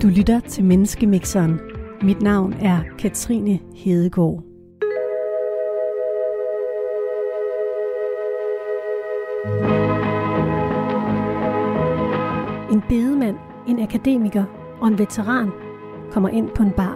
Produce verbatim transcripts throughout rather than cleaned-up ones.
Du lytter til Menneskemixeren. Mit navn er Katrine Hedegaard. En bedemand, en akademiker og en veteran kommer ind på en bar.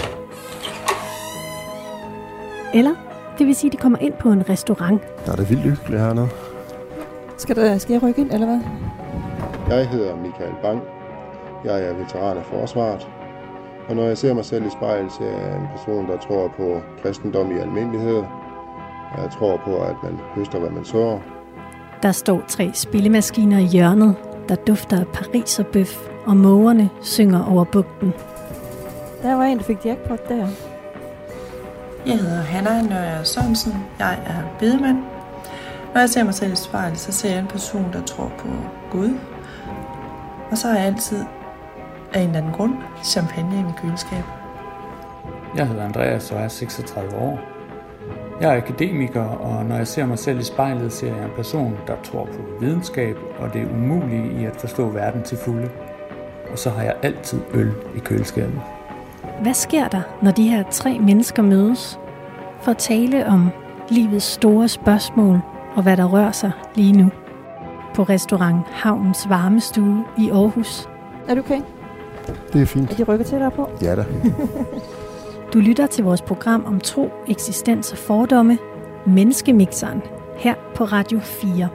Eller, det vil sige, de kommer ind på en restaurant. Der er det vildt hyggeligt hernede. Skal, der, skal jeg rykke ind, eller hvad? Jeg hedder Michael Bang. Jeg er veteran af forsvaret. Og når jeg ser mig selv i spejlet, så er jeg en person, der tror på kristendom i almindelighed. Og jeg tror på, at man høster, hvad man sår. Der står tre spillemaskiner i hjørnet, der dufter af pariserbøf, og mågerne synger over bugten. Der var en, der fik jackpot der. Jeg hedder Hanna Nørre Sørensen. Jeg er bedemand. Når jeg ser mig selv i spejlet, så ser jeg en person, der tror på Gud. Og så har jeg altid, af en eller anden grund, champagne i mit køleskab. Jeg hedder Andreas og er seksogtredive år. Jeg er akademiker, og når jeg ser mig selv i spejlet, ser jeg en person, der tror på videnskab og det umulige i at forstå verden til fulde. Og så har jeg altid øl i køleskabet. Hvad sker der, når de her tre mennesker mødes for at tale om livets store spørgsmål og hvad der rører sig lige nu? På restaurant Havnens Varmestue i Aarhus. Er du okay? Det er fint. Er de rykket til dig på? Ja da. Du lytter til vores program om tro, eksistens og fordomme, Menneskemixeren, her på Radio fire.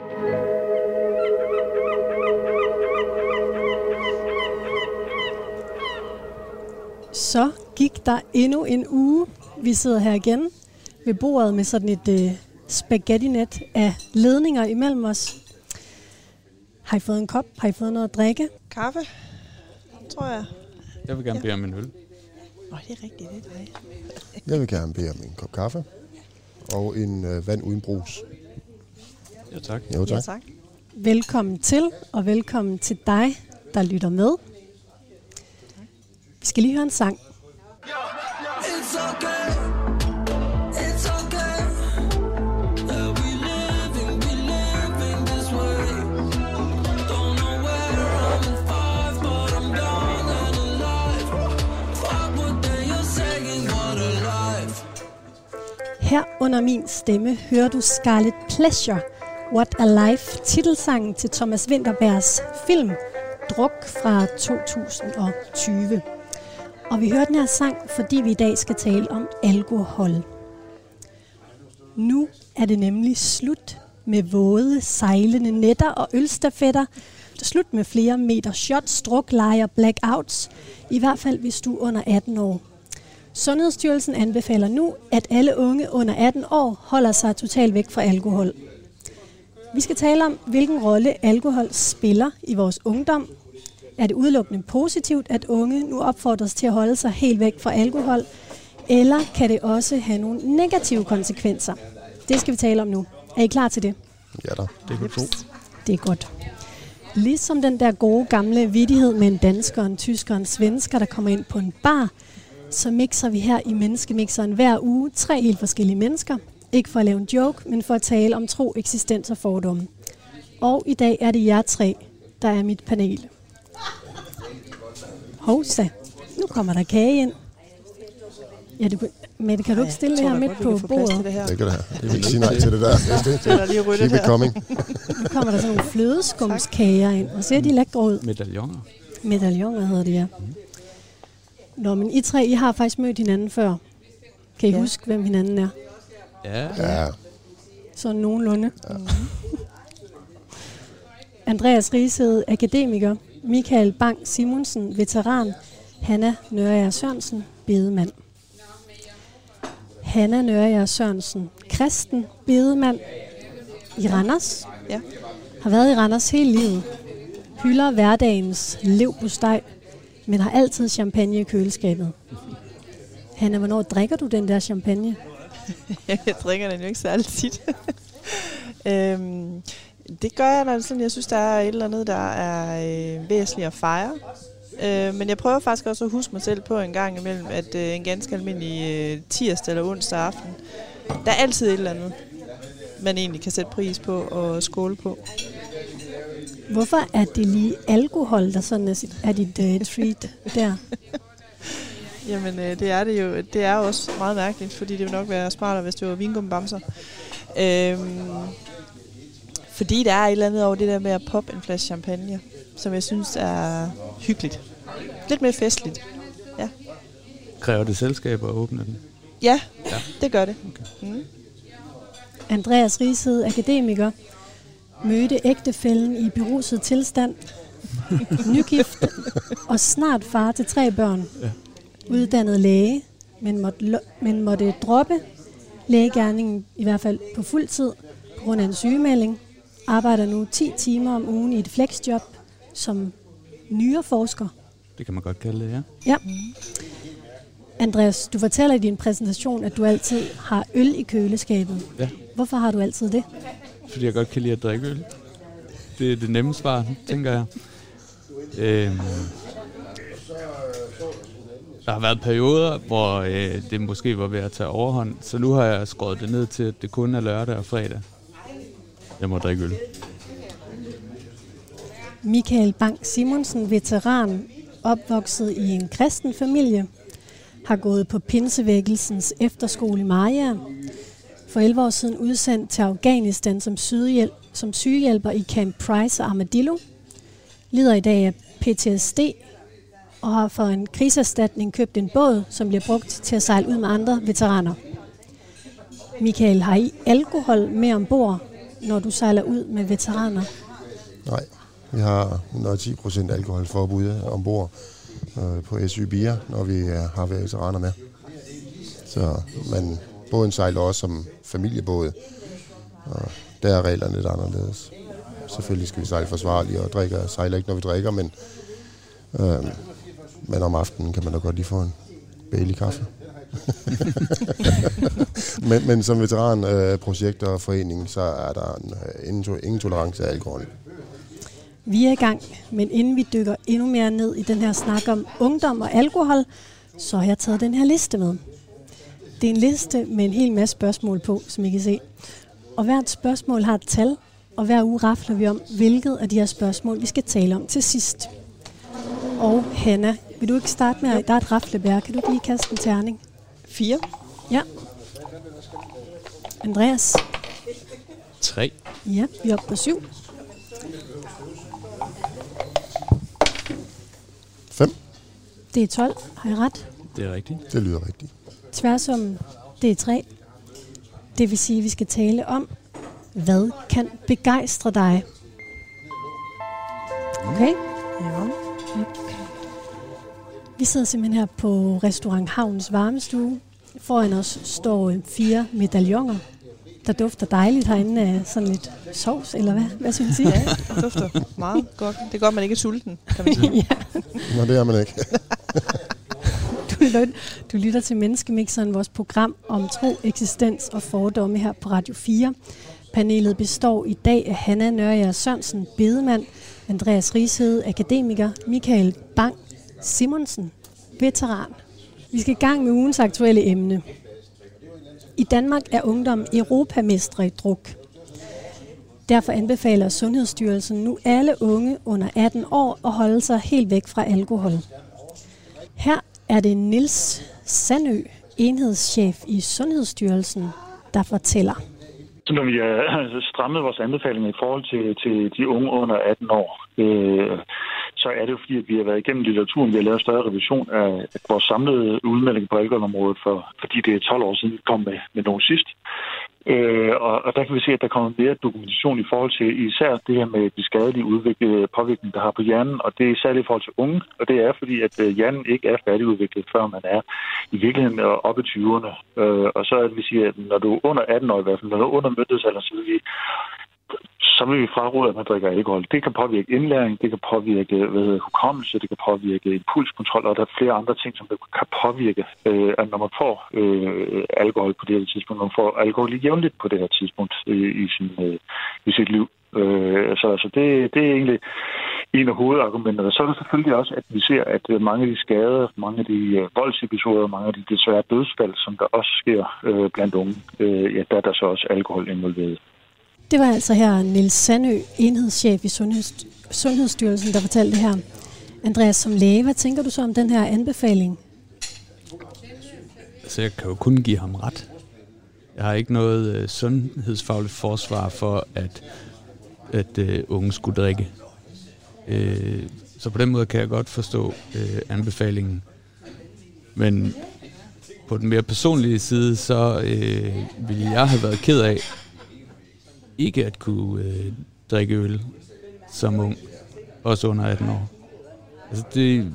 Så gik der endnu en uge. Vi sidder her igen ved bordet med sådan et øh, spaghetti-net af ledninger imellem os. Har I fået en kop? Har I fået noget at drikke? Kaffe, tror jeg. Jeg vil gerne bede om en øl. Åh, det er rigtigt, det er dig. Jeg vil gerne bede om en kop kaffe og en øh, vand uden brus. Ja, tak. Jo, tak. Ja, tak. Velkommen til, og velkommen til dig, der lytter med. Vi skal lige høre en sang. Her under min stemme hører du Scarlet Pleasure, What a Life, titelsangen til Thomas Vinterbergs film Druk fra to tusind og tyve. Og vi hører den her sang, fordi vi i dag skal tale om alkohol. Nu er det nemlig slut med våde, sejlende nætter og ølstafetter. Det er slut med flere meter shots, drukleje og blackouts, i hvert fald hvis du er under atten år. Sundhedsstyrelsen anbefaler nu, at alle unge under atten år holder sig totalt væk fra alkohol. Vi skal tale om, hvilken rolle alkohol spiller i vores ungdom. Er det udelukkende positivt, at unge nu opfordres til at holde sig helt væk fra alkohol? Eller kan det også have nogle negative konsekvenser? Det skal vi tale om nu. Er I klar til det? Ja da. Det er godt. Det er godt. Ligesom den der gode gamle vittighed med en dansker, en tysker og en svensker, der kommer ind på en bar, så mixer vi her i Menneskemixeren hver uge tre helt forskellige mennesker. Ikke for at lave en joke, men for at tale om tro, eksistens og fordomme. Og i dag er det jer tre, der er mit panel. Hovsa, nu kommer der kage ind. Ja, det, Mette, kan du ikke stille det her midt på bordet? Det, det kan det her. Det vil ikke sige nej til det der. Det er der lige ryddet Keep it coming. Nu kommer der sådan nogle flødeskumskager ind, og ser de lækre ud. Medaljoner. Medaljoner hedder det, ja. Nå, men I tre, I har faktisk mødt hinanden før. Kan I ja. huske, hvem hinanden er? Ja. Ja. Sådan nogenlunde. Ja. Andreas Rieshed, akademiker. Michael Bang Simonsen, veteran. Hanna Nørre Sørensen, bedemand. Hanna Nørre Sørensen, kristen, bedemand i Randers. Ja. Har været i Randers hele livet. Hylder hverdagens leverpostej, men har altid champagne i køleskabet. Hanna, hvornår drikker du den der champagne? Jeg drikker den jo ikke særlig tit. øhm, det gør jeg, når sådan, jeg synes, der er et eller andet, der er øh, væsentligt at fejre. Øh, men jeg prøver faktisk også at huske mig selv på en gang imellem, at øh, en ganske almindelig øh, tirsdag eller onsdag aften, der er altid et eller andet, man egentlig kan sætte pris på og skåle på. Hvorfor er det lige alkohol, der sådan er, sit, er dit uh, treat der? Jamen, øh, det er det jo. Det er også meget mærkeligt, fordi det ville nok være smartere, hvis det var vingummibamser. Øhm, fordi der er et eller andet over det der med at poppe en flaske champagne, som jeg synes er hyggeligt. Lidt mere festligt. Ja. Kræver det selskab at åbne den? Ja, ja. Det gør det. Okay. Mm. Andreas Rieshede, akademiker, mødte ægtefællen i beruset tilstand, nygift og snart far til tre børn. Ja. Uddannet læge, men måtte, men måtte droppe lægegerningen, i hvert fald på fuld tid, på grund af en sygemelding. Arbejder nu ti timer om ugen i et flexjob som nyreforsker. Det kan man godt kalde det, ja. Ja. Andreas, du fortæller i din præsentation, at du altid har øl i køleskabet. Ja. Hvorfor har du altid det? Fordi jeg godt kan lide at drikke øl. Det er det nemme svar, tænker jeg. Øhm, der har været perioder, hvor øh, det måske var ved at tage overhånd, så nu har jeg skåret det ned til, at det kun er lørdag og fredag. Jeg må drikke øl. Michael Bang Simonsen, veteran, opvokset i en kristen familie, har gået på Pinsevækkelsens efterskole i Mariager. For elleve år siden udsendt til Afghanistan som, sygehjælp, som sygehjælper i Camp Price og Armadillo. Lider i dag af P T S D og har for en kriserstatning købt en båd, som bliver brugt til at sejle ud med andre veteraner. Michael, har I alkohol med ombord, når du sejler ud med veteraner? Nej, vi har hundrede og ti procent alkoholforbud ombord øh, på S Y Bier, når vi øh, har veteraner med. Så, men båden sejler også som familiebåd, og der er reglerne lidt anderledes. Selvfølgelig skal vi sejle forsvarligt og drikke, sejler ikke, når vi drikker, men, øh, men om aftenen kan man da godt lige få en Bailey-kaffe. men, men som veteranprojekt øh, og forening, så er der en, ingen, ingen tolerance af alkohol. Vi er i gang, men inden vi dykker endnu mere ned i den her snak om ungdom og alkohol, så har jeg taget den her liste med. Det er en liste med en hel masse spørgsmål på, som I kan se. Og hvert spørgsmål har et tal, og hver uge rafler vi om, hvilket af de her spørgsmål, vi skal tale om til sidst. Og Hanna, vil du ikke starte med, at der er et raflebær. Kan du ikke lige kaste en terning? Fire. Ja. Andreas? Tre. Ja, vi er oppe på syv. Fem. Det er tolv. Har jeg ret? Det er rigtigt. Det lyder rigtigt. Tværsummen, det er tre. Det vil sige, at vi skal tale om, hvad kan begejstre dig? Okay? Ja. Vi sidder simpelthen her på restaurant Havns varmestue. Foran os står fire medaljoner, der dufter dejligt herinde af sådan lidt sovs, eller hvad? Hvad synes I? Ja, det dufter meget godt. Det er godt, man ikke er sulten, kan man sige. Ja. Nå, det er man ikke. Du lytter, du lytter til Menneskemixeren, vores program om tro, eksistens og fordomme her på Radio fire. Panelet består i dag af Hanna Nørjager Sørensen, bedemand, Andreas Rieshede, akademiker, Michael Bang Simonsen, veteran. Vi skal i gang med ugens aktuelle emne. I Danmark er ungdom europamestre i druk. Derfor anbefaler Sundhedsstyrelsen nu alle unge under atten år at holde sig helt væk fra alkohol. Her er det Niels Sandø, enhedschef i Sundhedsstyrelsen, der fortæller. Så når vi har strammet vores anbefalinger i forhold til, til de unge under atten år, øh, så er det jo fordi, at vi har været igennem litteraturen, vi har lavet større revision af, af vores samlede udmelding på alkoholområdet, for, fordi det er tolv år siden, vi kom med, med nogen sidst. Øh, og, og der kan vi se, at der kommer mere dokumentation i forhold til især det her med de skadelige udviklede påvirkning, der har på hjernen, og det er særligt i forhold til unge, og det er fordi, at hjernen ikke er færdigudviklet, før man er i virkeligheden oppe i tyverne. Øh, og så er det, vi siger, at når du er under atten år i hvert fald, når du er under myndighedsalderen, så vil vi så vil vi fraråde, at man drikker alkohol. Det kan påvirke indlæring, det kan påvirke hvad hedder, hukommelse, det kan påvirke impulskontrol, og der er flere andre ting, som kan påvirke, øh, at når man får øh, alkohol på det her tidspunkt, når man får alkohol jævnligt på det her tidspunkt øh, i, sin, øh, i sit liv. Øh, så altså, det, det er egentlig en af hovedargumenterne. Så er det selvfølgelig også, at vi ser, at mange af de skader, mange af de øh, voldsepisoder, mange af de desværre dødsfald, som der også sker øh, blandt unge, øh, ja, der er der så også alkohol involveret. Det var altså her Niels Sandø, enhedschef i Sundheds- Sundhedsstyrelsen, der fortalte det her. Andreas, som læge, hvad tænker du så om den her anbefaling? Altså, jeg kan jo kun give ham ret. Jeg har ikke noget øh, sundhedsfagligt forsvar for, at, at øh, unge skulle drikke. Øh, så på den måde kan jeg godt forstå øh, anbefalingen. Men på den mere personlige side, så øh, ville jeg have været ked af ikke at kunne øh, drikke øl som ung, også under atten år. Altså det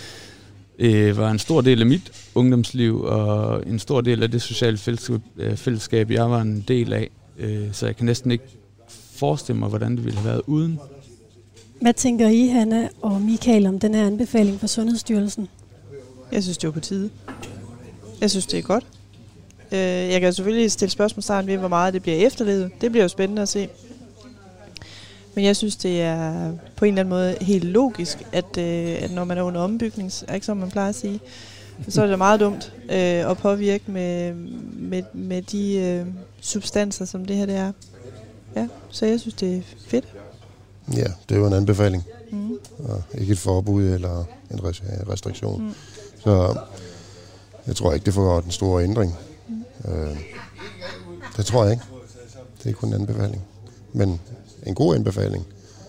øh, var en stor del af mit ungdomsliv, og en stor del af det sociale fællesskab, jeg var en del af. Øh, så jeg kan næsten ikke forestille mig, hvordan det ville have været uden. Hvad tænker I, Hanna og Michael, om den her anbefaling fra Sundhedsstyrelsen? Jeg synes, det er på tide. Jeg synes, det er godt. Øh, jeg kan selvfølgelig stille spørgsmålstegn ved, hvor meget det bliver efterlevet. Det bliver jo spændende at se. Men jeg synes, det er på en eller anden måde helt logisk, at, øh, at når man er under ombygning, er ikke som man plejer at sige, så er det meget dumt øh, at påvirke med, med, med de øh, substanser, som det her det er. Ja, så jeg synes, det er fedt. Ja, det er jo en anbefaling. Mm. Og ikke et forbud eller en restriktion. Mm. Så jeg tror ikke, det får den store ændring. Mm. Øh, det tror jeg ikke. Det er kun en anbefaling. Men en god anbefaling.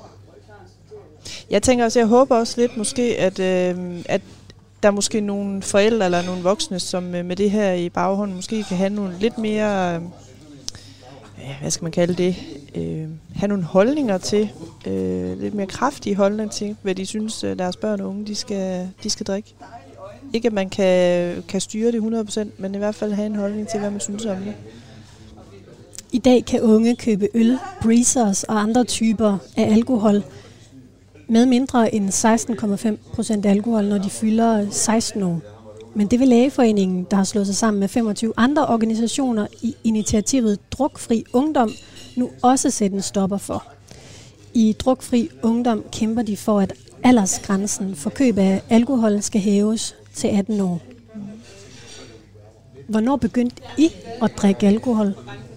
Jeg tænker også, jeg håber også lidt måske, at, øh, at der er måske nogle forældre eller nogle voksne, som øh, med det her i baghånden måske kan have nogle lidt mere, øh, hvad skal man kalde det, øh, have nogle holdninger til, øh, lidt mere kraftige holdninger til, hvad de synes, øh, deres børn og unge, de skal, de skal drikke. Ikke at man kan, kan styre det hundrede procent, men i hvert fald have en holdning til, hvad man synes om det. I dag kan unge købe øl, breezers og andre typer af alkohol med mindre end seksten komma fem procent alkohol, når de fylder seksten år. Men det vil Lægeforeningen, der har slået sig sammen med femogtyve andre organisationer i initiativet Drukfri Ungdom, nu også sætte en stopper for. I Drukfri Ungdom kæmper de for, at aldersgrænsen for køb af alkohol skal hæves til atten år. Hvornår begyndte I at drikke alkohol?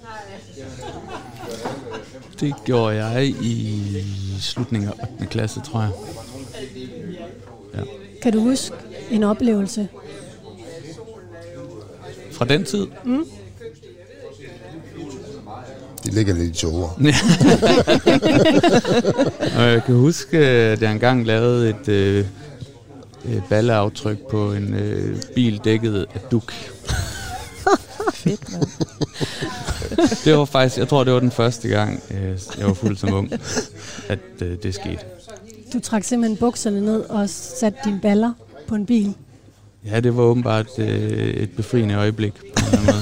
Det gjorde jeg i slutningen af ottende klasse, tror jeg. Ja. Kan du huske en oplevelse? Fra den tid? Mm. De ligger lidt i toger. Og jeg kan huske, at jeg engang lavede et øh, balleaftryk på en øh, bil dækket af duk. Fedt, mand. Det var faktisk, jeg tror, det var den første gang, øh, jeg var fuld som ung, at øh, det skete. Du trak simpelthen bukserne ned og satte dine baller på en bil. Ja, det var åbenbart øh, et befriende øjeblik på en måde.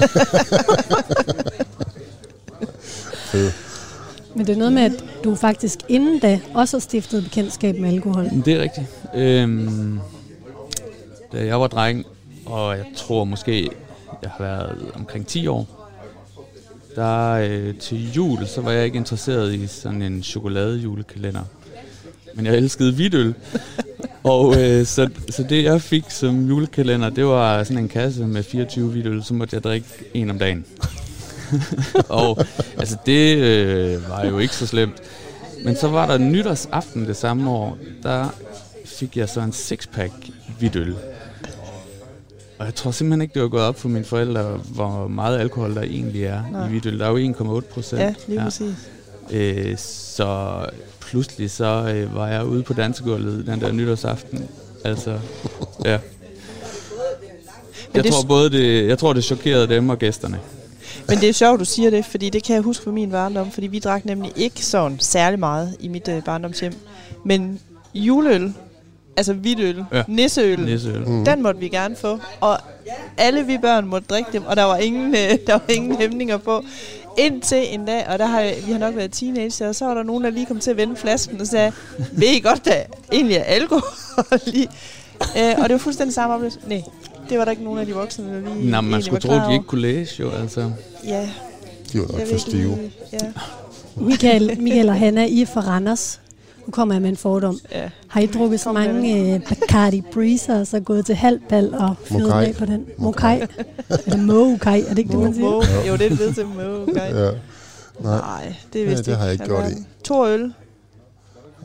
Men det er noget med, at du faktisk inden da også har stiftet bekendtskab med alkohol. Det er rigtigt. Øhm, da jeg var dreng, og jeg tror måske, jeg har været omkring ti år, der øh, til jul, så var jeg ikke interesseret i sådan en chokoladejulekalender. Men jeg elskede hvidøl. Og øh, så, så det jeg fik som julekalender, det var sådan en kasse med fireogtyve hvidøl, så måtte jeg drikke en om dagen. Og altså det øh, var jo ikke så slemt. Men så var der nytårsaften det samme år, der fik jeg så en sixpack hvidøl. Og jeg tror simpelthen ikke, det var gået op for mine forældre, hvor meget alkohol der egentlig er. Nej. I hvidøl. Der er jo en komma otte procent. Ja, lige ja. præcis. Øh, så pludselig så øh, var jeg ude på dansegulvet den der nytårsaften. Altså, ja. Jeg tror både det, jeg tror det chokerede dem og gæsterne. Men det er sjovt, du siger det, fordi det kan jeg huske fra min barndom, fordi vi drak nemlig ikke sådan særlig meget i mit øh, barndomshjem. Men juleøl, altså hvidøl, ja. nisseøl, nisseøl. Mm. Den måtte vi gerne få. Og alle vi børn måtte drikke dem, og der var ingen, øh, der var ingen hæmninger på. Indtil en dag, og der har vi har nok været teenager, og så var der nogen, der lige kom til at vende flasken og sagde, ved I godt, der egentlig er alkohol i? øh, og det var fuldstændig samme oplevelse. Nej, det var der ikke nogen af de voksne, der lige Nå, man skulle tro, at de ikke kunne læse jo, altså. Ja. De var nok for stive. Ja. Michael, Michael og Hanna, I er fra Randers. Nu kommer jeg med en fordom. Ja. Har I drukket så mange uh, Bacardi Breezers og gået til halvbal og fyret med på den? Mokai. Eller Mokai, er det ikke Mo, det, man siger? Mo. Jo, det er det til Mokai. Ja. Nej, Nej, det er vist ja, det har jeg ikke gjort i. To øl.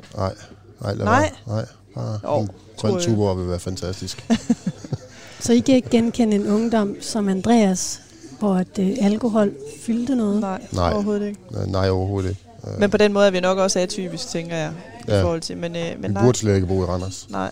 Nej, nej, lad Nej. være. Nej, bare Jo, en to grøn øl. Tuborg vil være fantastisk. Så I kan ikke genkende en ungdom som Andreas, hvor at, øh, alkohol fyldte noget? Nej, Nej. overhovedet ikke. Nej, overhovedet ikke. Øh, Men på den måde er vi nok også atypisk, tænker jeg, i Ja. forhold til. Men, øh, men Vi nej. burde slet ikke bo i Randers. Nej.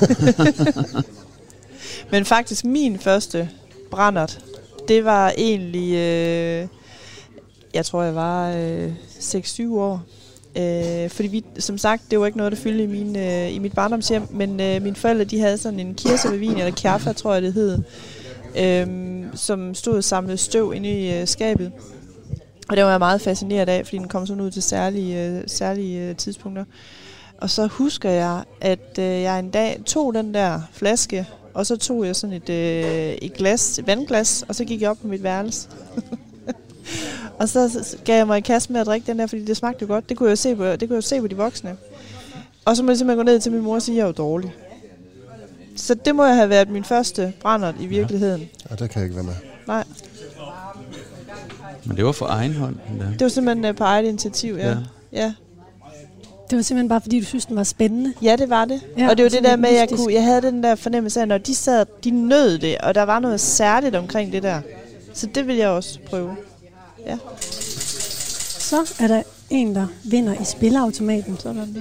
Men faktisk min første brændert, det var egentlig, øh, jeg tror jeg var øh, seks syv år. Øh, fordi vi, som sagt, det var ikke noget, der fyldte i, min, øh, i mit barndomshjem, men øh, mine forældre, de havde sådan en kirsebærvin, eller kjaffa, tror jeg det hed, øh, som stod og samlede støv inde i øh, skabet. Og det var jeg meget fascineret af, fordi den kom sådan ud til særlige, øh, særlige øh, tidspunkter. Og så husker jeg, at øh, jeg en dag tog den der flaske, og så tog jeg sådan et, øh, et glas, et vandglas, og så gik jeg op på mit værelse. Og så gav jeg mig i kast med at drikke den der, fordi det smagte jo godt. Det kunne jeg se på, det kunne jeg se på de voksne. Og så må jeg simpelthen gå ned til min mor og sige, at jeg var dårlig. Så det må jeg have været min første brændert i virkeligheden. Ja, der kan jeg ikke være med. Nej, Men det var for egen hånd. Da. det var simpelthen øh, på eget initiativ, ja. Ja. Ja. Det var simpelthen bare, fordi du synes, den var spændende. Ja, det var det. Ja, Ja, og det var det sådan der lidt med, at jeg, mystisk. kunne, jeg havde den der fornemmelse af, når de sad, de nød det, og der var noget særligt omkring det der. Så det vil jeg også prøve. Ja. Så er der en, der vinder i spilleautomaten. Sådan der.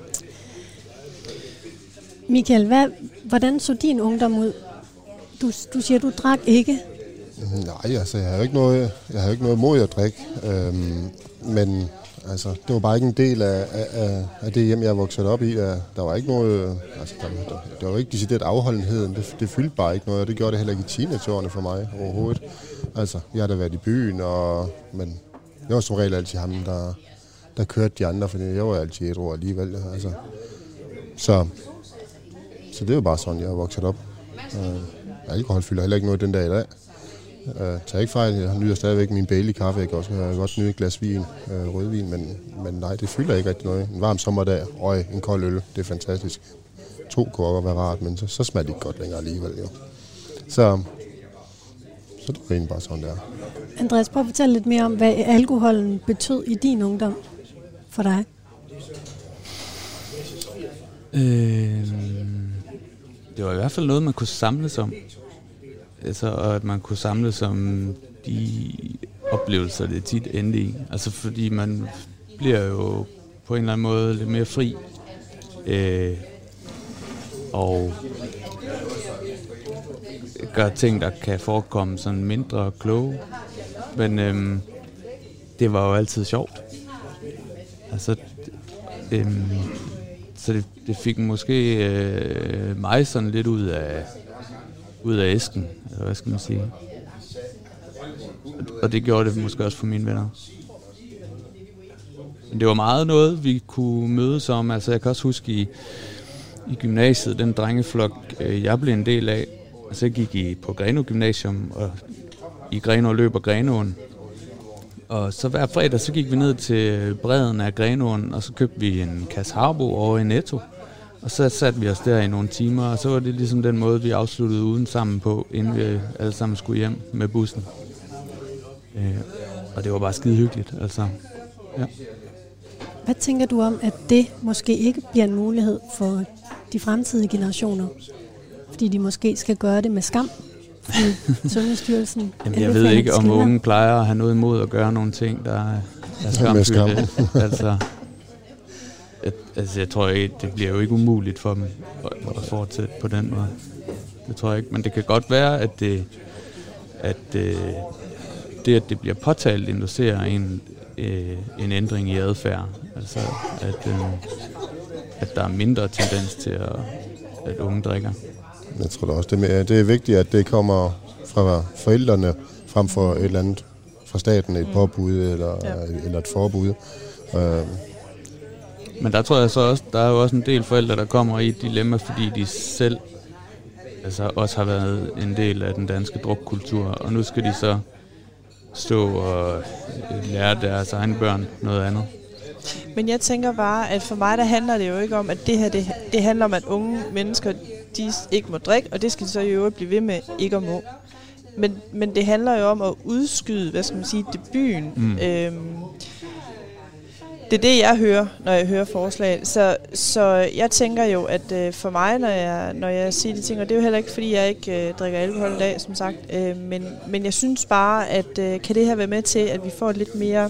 Michael, hvad, hvordan så din ungdom ud? Du, du siger, du drak ikke. Nej, altså, jeg har jo ikke noget, jeg har jo ikke noget imod at drikke. Øhm, men altså, det var bare ikke en del af, af, af det hjem, jeg voksede op i. Der, der var ikke noget, altså, der, der, der var jo ikke decideret afholdenheden. Det, det fyldte bare ikke noget, og det gjorde det heller ikke i teenageårene for mig overhovedet. Altså, jeg har da været i byen, og, men jeg var som regel altid ham, der, der kørte de andre, fordi jeg var altid ædru alligevel. Altså. Så, så det var bare sådan, jeg er vokset op. Øh, alkohol fylder heller ikke noget den dag i dag. Uh, tag ikke fejl, jeg nyder stadigvæk min Bailey-kaffe. Jeg kan også uh, godt nyde et glas vin, uh, rødvin, men, men nej, det fylder ikke rigtig noget. En varm sommerdag, og en kold øl, det er fantastisk. To kunne også være rart, men så, så smager det ikke godt længere alligevel. Jo. Så, så det er egentlig bare sådan, der. Andreas, prøv at fortælle lidt mere om, hvad alkoholen betød i din ungdom for dig. Øh, det var i hvert fald noget, man kunne samles om. Altså, og at man kunne samles om de oplevelser, det tit endte i. Altså, fordi man bliver jo på en eller anden måde lidt mere fri. Øh, og gør ting, der kan forekomme sådan mindre kloge. Men øh, det var jo altid sjovt. Altså, øh, så det, det fik måske øh, mig sådan lidt ud af ud af æsken, eller hvad skal man sige. Og det gjorde det måske også for mine venner. Men det var meget noget, vi kunne mødes om. Altså jeg kan også huske i, i gymnasiet, den drengeflok, jeg blev en del af. Altså jeg gik i, på Grenaa Gymnasium, og i Grenaa løber Grenaaen. Og så hver fredag, så gik vi ned til bredden af Grenaaen, og så købte vi en kasse Harbo over i Netto. Og så satte vi os der i nogle timer, og så var det ligesom den måde, vi afsluttede ugen sammen på, inden vi alle sammen skulle hjem med bussen. Øh, og det var bare skide hyggeligt, altså. Ja. Hvad tænker du om, at det måske ikke bliver en mulighed for de fremtidige generationer? Fordi de måske skal gøre det med skam? Fordi Sundhedsstyrelsen Jamen, jeg ved ikke, om unge plejer at have noget imod at gøre nogle ting, der er, der er skamfyldte. altså... At, altså, jeg tror ikke, det bliver jo ikke umuligt for dem at, at fortsætte på den måde. Det tror jeg ikke. Men det kan godt være, at det, at det, det at det bliver påtalt, inducerer en, øh, en ændring i adfærd. Altså, at, øh, at der er mindre tendens til, at, at unge drikker. Jeg tror da også, det er, det er vigtigt, at det kommer fra forældrene, frem for et eller andet fra staten, et påbud eller, ja. eller et forbud. Øh, Men der tror jeg så også, der er jo også en del forældre, der kommer i et dilemma, fordi de selv altså også har været en del af den danske drukkultur, og nu skal de så stå og lære deres egne børn noget andet. Men jeg tænker bare, at for mig der handler det jo ikke om, at det her det, det handler om, at unge mennesker de ikke må drikke, og det skal de så i øvrigt blive ved med ikke at må. Men, men det handler jo om at udskyde, hvad skal man sige, debuten. Mm. Øhm, Det er det, jeg hører, når jeg hører forslag. Så, så jeg tænker jo, at øh, for mig, når jeg, når jeg siger de ting, og det er jo heller ikke, fordi jeg ikke øh, drikker alkohol i dag, som sagt, øh, men, men jeg synes bare, at øh, kan det her være med til, at vi får et lidt mere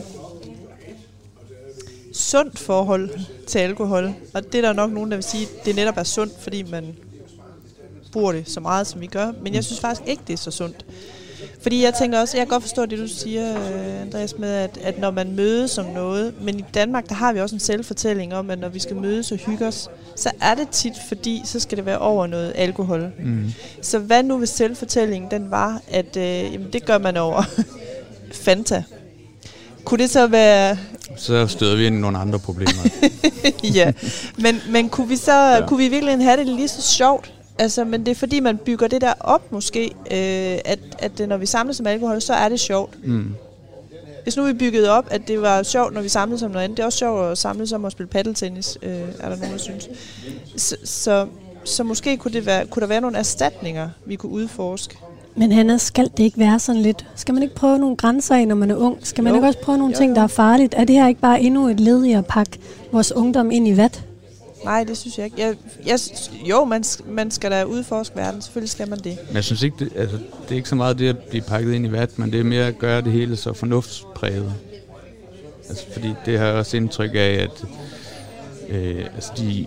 sundt forhold til alkohol. Og det er der nok nogen, der vil sige, at det netop er sundt, fordi man bruger det så meget, som vi gør. Men jeg synes faktisk ikke, det er så sundt. Fordi jeg tænker også, jeg kan godt forstå det, du siger, Andreas, med, at, at når man mødes om noget, men i Danmark, der har vi også en selvfortælling om, at når vi skal mødes og hygge os, så er det tit, fordi så skal det være over noget alkohol. Mm. Så hvad nu hvis selvfortællingen, den var, at øh, jamen, det gør man over Fanta. Kunne det så være... Så støder vi ind i nogle andre problemer. Ja, men, men kunne vi så ja. kunne vi virkelig have det lige så sjovt? Altså, men det er fordi, man bygger det der op måske, øh, at, at når vi samles om alkohol, så er det sjovt. Mm. Hvis nu vi byggede op, at det var sjovt, når vi samles om noget andet, det er også sjovt at samles om at spille paddeltennis, øh, er der nogen, der synes. Så, så, så måske kunne, det være, kunne der være nogle erstatninger, vi kunne udforske. Men Hanna, skal det ikke være sådan lidt? Skal man ikke prøve nogle grænser af, når man er ung? Skal man jo. ikke også prøve nogle jo, ting, jo. der er farligt? Er det her ikke bare endnu et led i at pakke vores ungdom ind i vat? Nej, det synes jeg ikke. Jeg, jeg, jo, man, man skal da udforske verden. Selvfølgelig skal man det. Men jeg synes ikke, det, altså, det er ikke så meget det at blive pakket ind i vat, men det er mere at gøre det hele så fornuftspræget. Altså, fordi det har også indtryk af, at øh, altså, de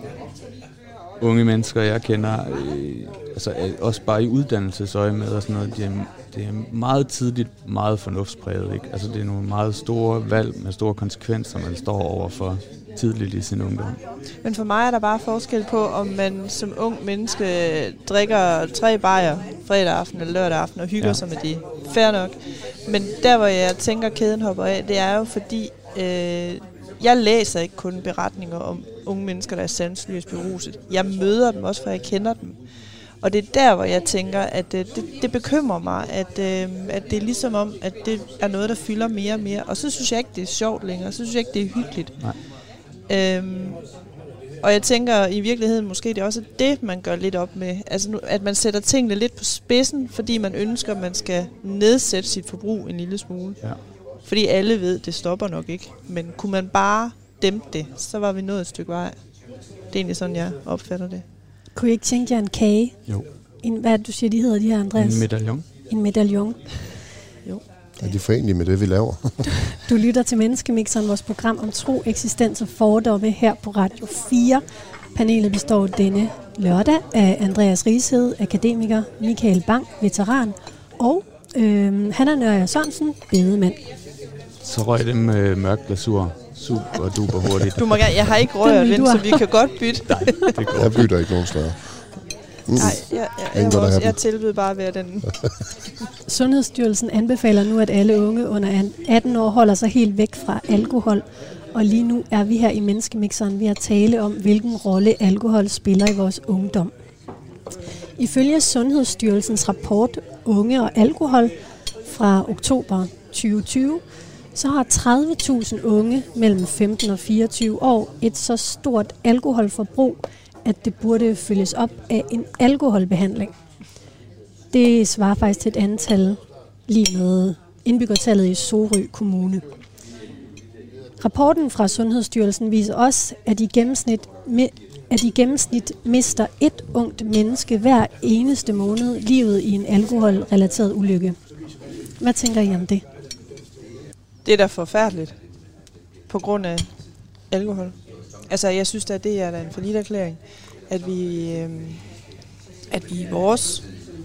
unge mennesker, jeg kender, øh, altså, også bare i uddannelsesøje med og sådan noget, det er, det er meget tidligt meget fornuftspræget. Ikke? Altså, det er nogle meget store valg med store konsekvenser, man står overfor tidligt i sin ungdom. Men for mig er der bare forskel på, om man som ung menneske drikker tre bajer fredag aften eller lørdag aften og hygger ja. sig med det. Fair nok. Men der, hvor jeg tænker, kæden hopper af, det er jo fordi, øh, jeg læser ikke kun beretninger om unge mennesker, der er sanseløst beruset. Jeg møder dem også, for jeg kender dem. Og det er der, hvor jeg tænker, at øh, det, det bekymrer mig, at, øh, at det er ligesom om, at det er noget, der fylder mere og mere. Og så synes jeg ikke, det er sjovt længere. Så synes jeg ikke, det er hyggeligt. Nej. Øhm, og jeg tænker i virkeligheden måske det er også det, man gør lidt op med. Altså nu, at man sætter tingene lidt på spidsen, fordi man ønsker, at man skal nedsætte sit forbrug en lille smule. Ja. Fordi alle ved, det stopper nok ikke. Men kunne man bare dæmpe det, så var vi nået et stykke vej. Det er egentlig sådan, jeg opfatter det. Kunne I ikke tænke jer en kage? Jo. En, hvad du siger, de hedder, de her, Andreas? En medaljon. En medaljon. Jo. Er de forenlige med det, vi laver? Du lytter til Menneskemixeren, vores program om tro, eksistens og fordomme her på Radio fire. Panelet består denne lørdag af Andreas Rieshed, akademiker, Michael Bang, veteran, og øh, Hanna Nørre Sørensen, bedemand. Så røg det med mørk glasur. Super duper hurtigt. Du må gerne, jeg har ikke rørt den, så vi kan godt bytte. Nej, det går. Jeg bytter ikke nogen steder. Nej, mm. jeg, jeg, jeg, jeg, jeg tilbyder bare ved den. Sundhedsstyrelsen anbefaler nu, at alle unge under atten år holder sig helt væk fra alkohol. Og lige nu er vi her i Menneskemixeren ved at tale om, hvilken rolle alkohol spiller i vores ungdom. Ifølge Sundhedsstyrelsens rapport Unge og Alkohol fra oktober tyve tyve, så har tredive tusind unge mellem femten og fireogtyve år et så stort alkoholforbrug, at det burde følges op af en alkoholbehandling. Det svarer faktisk til et antal lige med indbyggertallet i Sorø Kommune. Rapporten fra Sundhedsstyrelsen viser også, at i gennemsnit, at i gennemsnit mister et ungt menneske hver eneste måned livet i en alkoholrelateret ulykke. Hvad tænker I om det? Det er da forfærdeligt på grund af alkohol. Altså, jeg synes at det er da en falliterklæring, at vi, øh, at vi i vores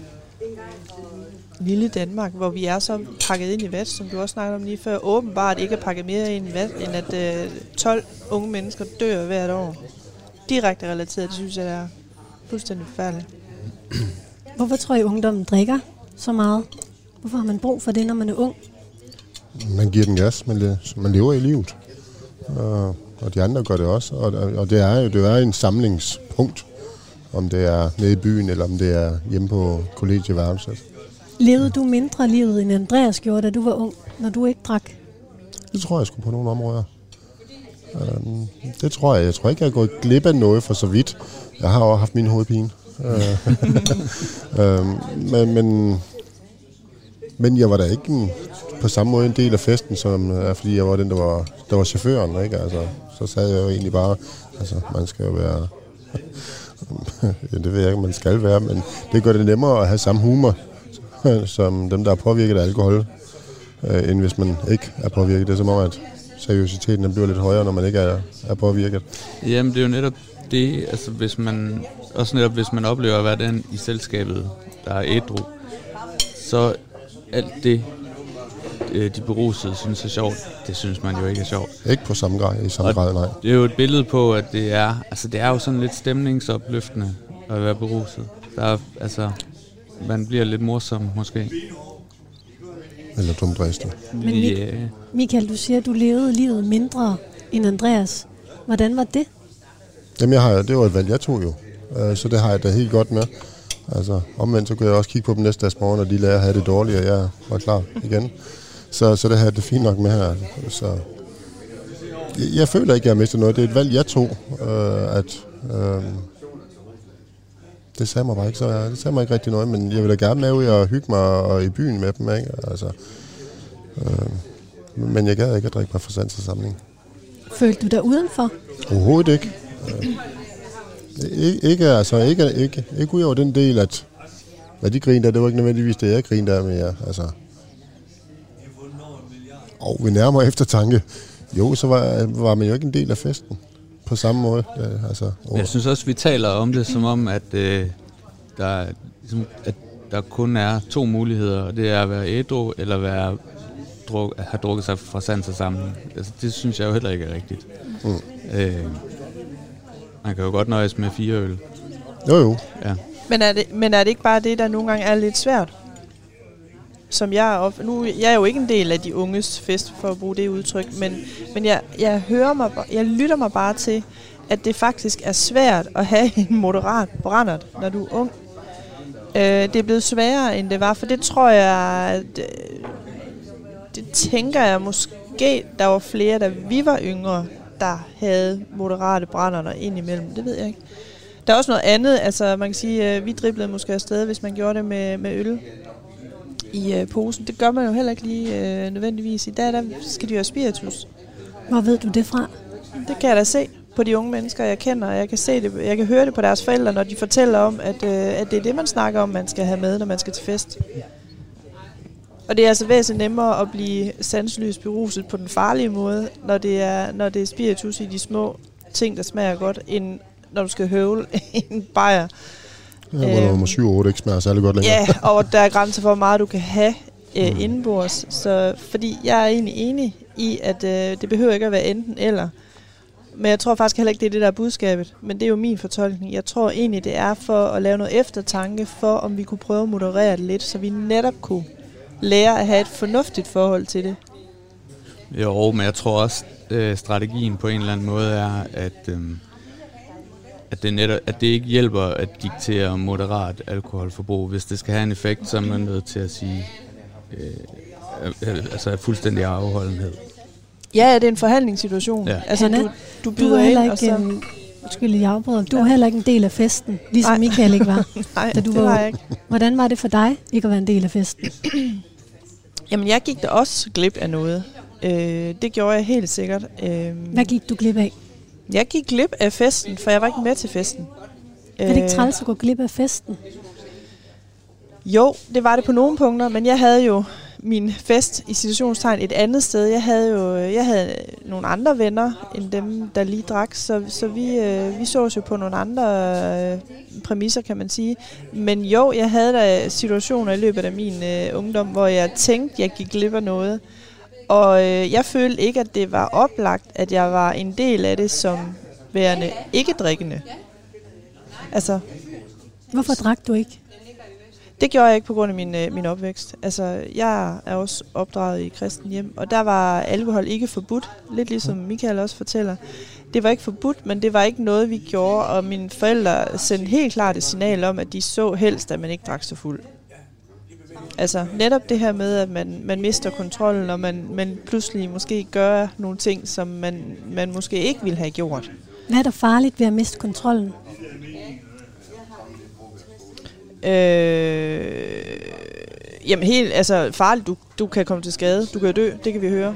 lille Danmark, hvor vi er så pakket ind i vat, som du også snakkede om lige før, åbenbart ikke er pakket mere ind i vat, end at øh, tolv unge mennesker dør hvert år. Direkte relateret, det synes jeg er fuldstændig forfærdeligt. Hvorfor tror I, ungdommen drikker så meget? Hvorfor har man brug for det, når man er ung? Man giver den gas, man, man lever i livet. Og, og de andre gør det også. Og, og det er jo det er en samlingspunkt, om det er nede i byen, eller om det er hjemme på kollegieværelset. Levede du mindre livet, end Andreas gjorde, da du var ung, når du ikke drak? Det tror jeg sgu på nogle områder. Um, det tror jeg. Jeg tror ikke, jeg er gået glip af noget for så vidt. Jeg har også haft min hovedpine. um, men, men, men jeg var da ikke en, på samme måde en del af festen, som, fordi jeg var den, der var, der var chaufføren. Ikke? Altså, så sagde jeg jo egentlig bare, altså man skal jo være, ja, det ved jeg ikke, man skal være, men det gør det nemmere at have samme humor som dem, der er påvirket af alkohol, øh, end hvis man ikke er påvirket. Det er som om, at seriøsiteten bliver lidt højere, når man ikke er, er påvirket. Jamen, det er jo netop det, altså hvis man, også netop hvis man oplever at være den i selskabet, der er ædru, så alt det, de berusede synes er sjovt, det synes man jo ikke er sjovt. Ikke på samme grad, i samme og grad, nej. Det er jo et billede på, at det er, altså det er jo sådan lidt stemningsopløftende at være beruset. Der er, altså, man bliver lidt morsom måske. Eller dumdristet. Men Mik- Michael, du siger, at du levede livet mindre end Andreas. Hvordan var det? Jamen, jeg har, det var et valg, jeg tog jo. Uh, så det har jeg da helt godt med. Altså, omvendt, så kunne jeg også kigge på dem næste dags morgen, og de lærer at have det dårligt, og jeg var klar igen. Så, så det har jeg det fint nok med her. Så jeg, jeg føler ikke, at jeg har mistet noget. Det er et valg, jeg tog. Uh, at, uh, det sagde mig bare ikke, så jeg, det sagde mig ikke rigtig noget, men jeg ville da gerne med ud og hygge mig og i byen med dem, ikke? Altså, uh, men jeg gad ikke at drikke mig for sansesamling. Følte du dig udenfor? Overhovedet ikke. Uh, ikke, ikke, altså, ikke, ikke, ikke ud over den del, at hvad de griner, det var ikke nødvendigvis det, jeg griner af med jer. Altså. Og ved nærmere eftertanke, jo, så var, var man jo ikke en del af festen på samme måde. Uh, altså, jeg synes også, vi taler om det som om, at, øh, der, ligesom, at der kun er to muligheder, og det er at være ædru eller være druk, at have drukket sig fra sans og samling. Altså, det synes jeg jo heller ikke er rigtigt. Mm. Øh, man kan jo godt nøjes med fire øl. Jo, jo. Ja. Men er, det, men er det ikke bare det, der nogle gange er lidt svært? Som jeg op, nu jeg er jo ikke en del af de unges fest, for at bruge det udtryk, men, men jeg, jeg, hører mig, jeg lytter mig bare til, at det faktisk er svært at have en moderat brændert, når du er ung. Øh, det er blevet sværere, end det var, for det tror jeg, det, det tænker jeg måske, der var flere, da vi var yngre, der havde moderate brænderne ind imellem. Det ved jeg ikke. Der er også noget andet. Altså, man kan sige, at vi driblede måske afsted, hvis man gjorde det med, med øl i uh, posen. Det gør man jo heller ikke lige uh, nødvendigvis. I dag der skal de jo have spiritus. Hvor ved du det fra? Det kan jeg da se på de unge mennesker, jeg kender. Jeg kan, se det, jeg kan høre det på deres forældre, når de fortæller om, at, uh, at det er det, man snakker om, man skal have med, når man skal til fest. Og det er altså væsentligt nemmere at blive sanseløst beruset på den farlige måde, når det er, når det er spiritus i de små ting, der smager godt, end når du skal høvle en bajer. Ja, hvor øhm, nummer syv og otte ikke smager særlig godt længere. Ja, og der er grænser for, hvor meget du kan have øh, mm. indenbords. Så, fordi jeg er egentlig enig i, at øh, det behøver ikke at være enten eller. Men jeg tror faktisk heller ikke, det er det, der er budskabet. Men det er jo min fortolkning. Jeg tror egentlig, det er for at lave noget eftertanke, for om vi kunne prøve at moderere det lidt, så vi netop kunne lære at have et fornuftigt forhold til det. Jo, men jeg tror også, øh, strategien på en eller anden måde er, at, øh, at, det netop, at det ikke hjælper at diktere moderat alkoholforbrug. Hvis det skal have en effekt, så er man nødt til at sige, øh, øh, altså fuldstændig afholdenhed. Ja, det er en forhandlingssituation. Ja. Altså, Hanna, du, du byder du er heller ind, ikke, og så... en, undskyld, jeg afbryder. Du er heller ikke en del af festen, ligesom Nej. Michael ikke var. Nej, da du det var, var jeg ikke. Hvordan var det for dig, ikke at være en del af festen? Jamen, jeg gik da også glip af noget. Øh, det gjorde jeg helt sikkert. Øh, Hvad gik du glip af? Jeg gik glip af festen, for jeg var ikke med til festen. Er det ikke træls at gå glip af festen? Jo, det var det på nogle punkter, men jeg havde jo min fest i situationstegn et andet sted. Jeg havde jo jeg havde nogle andre venner end dem, der lige drak, så, så vi, øh, vi så os jo på nogle andre øh, præmisser, kan man sige. Men jo, jeg havde da situationer i løbet af min øh, ungdom, hvor jeg tænkte, jeg gik glip af noget. Og øh, jeg følte ikke, at det var oplagt, at jeg var en del af det som værende ikke-drikkende. Altså, hvorfor drak du ikke? Det gjorde jeg ikke på grund af min, øh, min opvækst. Altså, jeg er også opdraget i kristen hjem, og der var alkohol ikke forbudt. Lidt ligesom Michael også fortæller. Det var ikke forbudt, men det var ikke noget, vi gjorde, og mine forældre sendte helt klart et signal om, at de så helst, at man ikke drak så fuld. Altså, netop det her med, at man, man mister kontrollen, og man, man pludselig måske gør nogle ting, som man, man måske ikke ville have gjort. Hvad er der farligt ved at miste kontrollen? Øh, jamen helt, altså farligt, du, du kan komme til skade, du kan dø, det kan vi høre.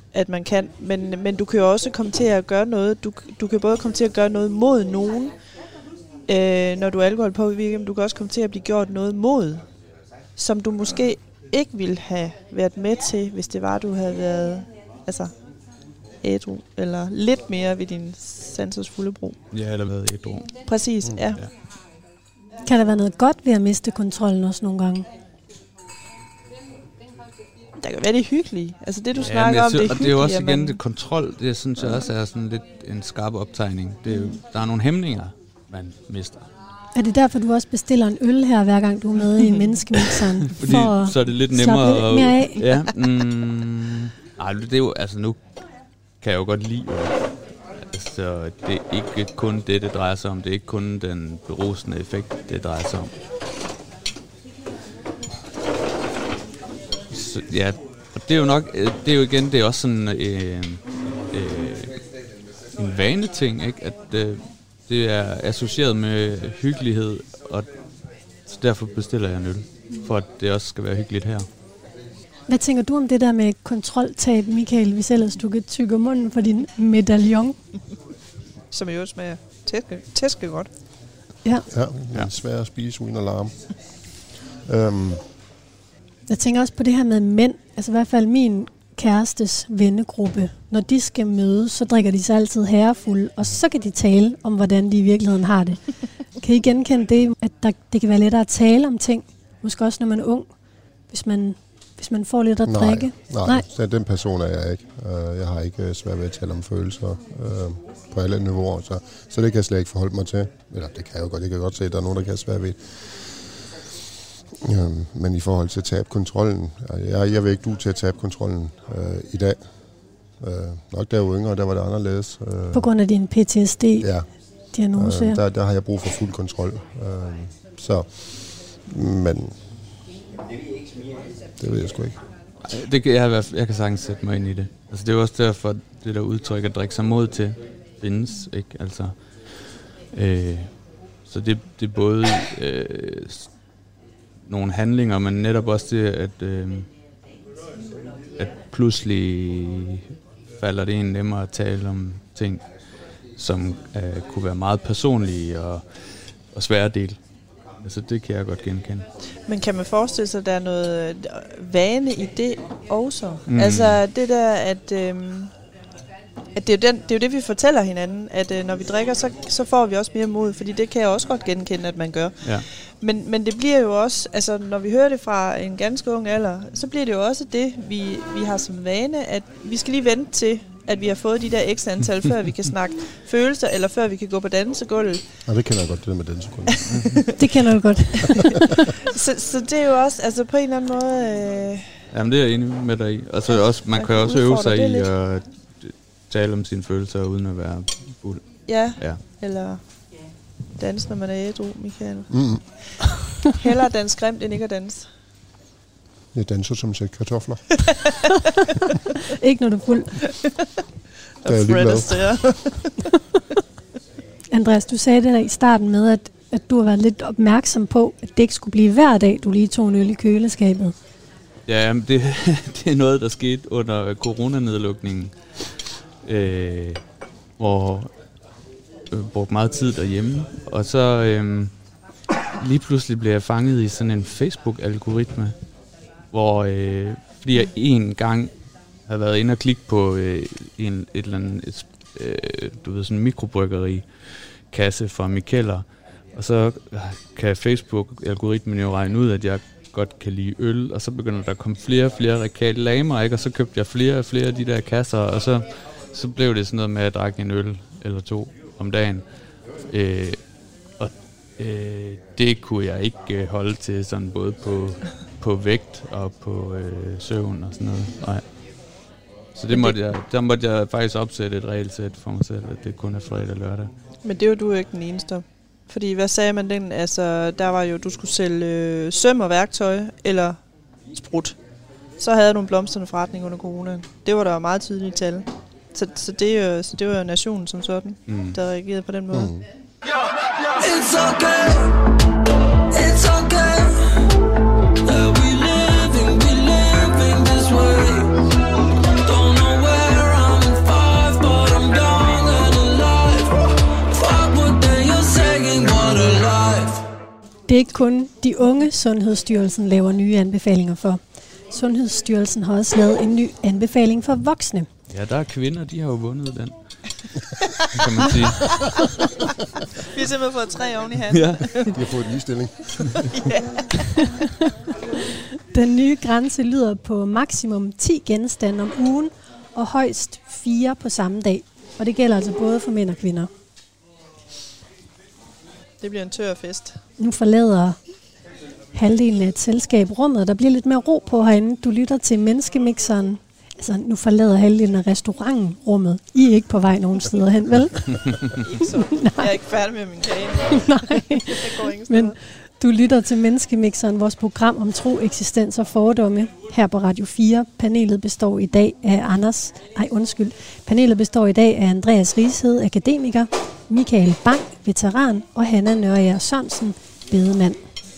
at man kan. Men, men du kan jo også komme til at gøre noget. Du, du kan både komme til at gøre noget mod nogen, øh, når du er alkoholpåvirket, men du kan også komme til at blive gjort noget mod, som du måske ikke ville have været med til, hvis det var, du havde været altså, ædru, eller lidt mere ved din sansers fulde brug. Ja, eller været ædru. Præcis, mm. ja. ja. Kan der være noget godt ved at miste kontrollen også nogle gange? Der kan være det hyggelige. Altså det, du ja, snakker om, synes, det er og det er jo også igen man... det kontrol. Det synes jeg også er sådan lidt en skarp optegning. Det er jo, der er nogle hæmninger, man mister. Er det derfor, du også bestiller en øl her, hver gang du er med i menneskemixeren? Fordi for så er det lidt nemmere at... mere af? Ja, mm, ej, det er jo, altså nu kan jeg jo godt lide altså, det er ikke kun det, det drejer sig om. Det er ikke kun den berusende effekt, det drejer sig om. Så, ja, og det er jo nok, det er jo igen, det er også sådan øh, øh, en vaneting, ikke? At øh, det er associeret med hyggelighed, og derfor bestiller jeg en øl, for at det også skal være hyggeligt her. Hvad tænker du om det der med kontroltab, Michael, hvis ellers du kan tykke munden for din medaljon? Som jo smager tæske, tæske godt. Ja. Ja, det er svært at spise uden alarm. øhm. Jeg tænker også på det her med mænd, altså i hvert fald min kærestes vennegruppe. Når de skal mødes, så drikker de sig altid herrefulde, og så kan de tale om, hvordan de i virkeligheden har det. Kan I genkende det, at der, det kan være lettere at tale om ting, måske også når man er ung, hvis man, hvis man får lidt at nej, drikke? Nej, nej, den person er jeg ikke. Jeg har ikke svært ved at tale om følelser øh, på alle niveauer, så, så det kan jeg slet ikke forholde mig til. Eller det kan jeg jo godt, jeg kan godt se, at der er nogen, der kan have svært ved. Ja, men i forhold til at tabe kontrollen, jeg, jeg vil ikke du til at tabe kontrollen øh, i dag. Øh, nok da jeg var yngre, der var det anderledes. Øh, På grund af din P T S D-diagnose? Ja, øh, der, der har jeg brug for fuld kontrol. Øh, så, men det ved jeg sgu ikke. Det kan jeg, jeg kan sagtens sætte mig ind i det. Altså, det er også derfor, det der udtryk at drikke sig mod til findes, ikke? Altså, øh, så det, det er både øh, nogle handlinger, men netop også det, at, øh, at pludselig falder det en nemmere at tale om ting, som øh, kunne være meget personlige og, og svære at dele. Altså det kan jeg godt genkende. Men kan man forestille sig, at der er noget vane i det også? Mm. Altså det der, at, øhm, at det, er jo den, det er jo det, vi fortæller hinanden, at øh, når vi drikker, så, så får vi også mere mod, fordi det kan jeg også godt genkende, at man gør. Ja. Men, men det bliver jo også, altså når vi hører det fra en ganske ung alder, så bliver det jo også det, vi, vi har som vane, at vi skal lige vente til, at vi har fået de der x antal, før vi kan snakke følelser, eller før vi kan gå på dansegulvet. Ja, det kender jeg godt, det der med dansegulvet. Det kender du godt. så, så det er jo også, altså på en eller anden måde... Øh... Jamen det er jeg enig med dig i. Altså også, man kan også øve sig i at tale om sine følelser, uden at være fuld. Ja, ja. Eller danse, når man er ædru, Michael. Mm. Hellere danse grimt, end ikke at danse. Jeg danser som sæt kartofler. Ikke når du er fuld. Der er jeg ligeglad. Andreas, du sagde det der i starten med, at, at du har været lidt opmærksom på, at det ikke skulle blive hver dag, du lige tog en øl i køleskabet. Ja, det, det er noget, der skete under coronanedlukningen, øh, hvor jeg brugte meget tid derhjemme. Og så øh, lige pludselig blev jeg fanget i sådan en Facebook-algoritme, hvor øh, fordi jeg en gang havde været inde og klikke på øh, en, et eller andet, et, øh, du ved, sådan en mikrobryggeri-kasse fra Mikkeller, og så kan Facebook-algoritmen jo regne ud, at jeg godt kan lide øl, og så begynder der at komme flere og flere reklamer, ikke? Og så købte jeg flere og flere af de der kasser, og så, så blev det sådan noget med at drikke en øl eller to om dagen. Øh, og øh, det kunne jeg ikke øh, holde til, sådan både på på vægt og på øh, søvn og sådan noget. Nej. Så det måtte jeg, der måtte jeg faktisk opsætte et regelsæt for mig selv, at det kun er fredag og lørdag. Men det er jo du ikke den eneste. Fordi hvad sagde man den? Altså, der var jo, du skulle sælge øh, søm og værktøj eller sprut. Så havde du en blomstrende forretning under coronaen. Det var der meget tydeligt tal. Så, så, det, så det var jo nationen som sådan, mm. der reagerede på den måde. Mm. It's okay. It's okay. That we living, we living this way. Don't know where Det er ikke kun de unge, Sundhedsstyrelsen laver nye anbefalinger for. Sundhedsstyrelsen har også lavet en ny anbefaling for voksne. Ja, der er kvinder, de har jo vundet den. Det kan man sige. Vi har simpelthen fået tre oven i handen. Ja. De har fået en ligestilling. Ja. Den nye grænse lyder på maksimum ti genstande om ugen, og højst fire på samme dag. Og det gælder altså både for mænd og kvinder. Det bliver en tør fest. Nu forlader halvdelen af et selskab rummet, der bliver lidt mere ro på herinde. Du lytter til Menneskemixeren. Altså, nu forlader halvdelen af restauranten rummet. I er ikke på vej nogen steder hen, vel? Ikke så. Jeg er ikke færdig med min kage. Nej, Jeg går ingen steder. men du lytter til Menneskemixeren, vores program om tro, eksistens og fordomme her på Radio fire. Panelet består i dag af Anders, ej undskyld, panelet består i dag af Andreas Rieshed, akademiker, Michael Bang, veteran, og Hanna Nørrejer Sørensen, bedemand.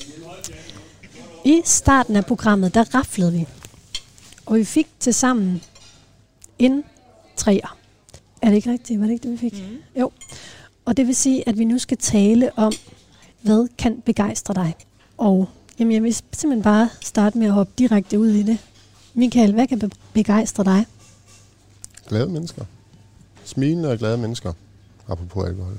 I starten af programmet, der raflede vi, og vi fik til sammen en træer. Er det ikke rigtigt? Var det ikke det, vi fik? Mm. Jo. Og det vil sige, at vi nu skal tale om, hvad kan begejstre dig? Og jamen, jeg vil simpelthen bare starte med at hoppe direkte ud i det. Michael, hvad kan be- begejstre dig? Glade mennesker. Smilende og glade mennesker. Apropos alkohol.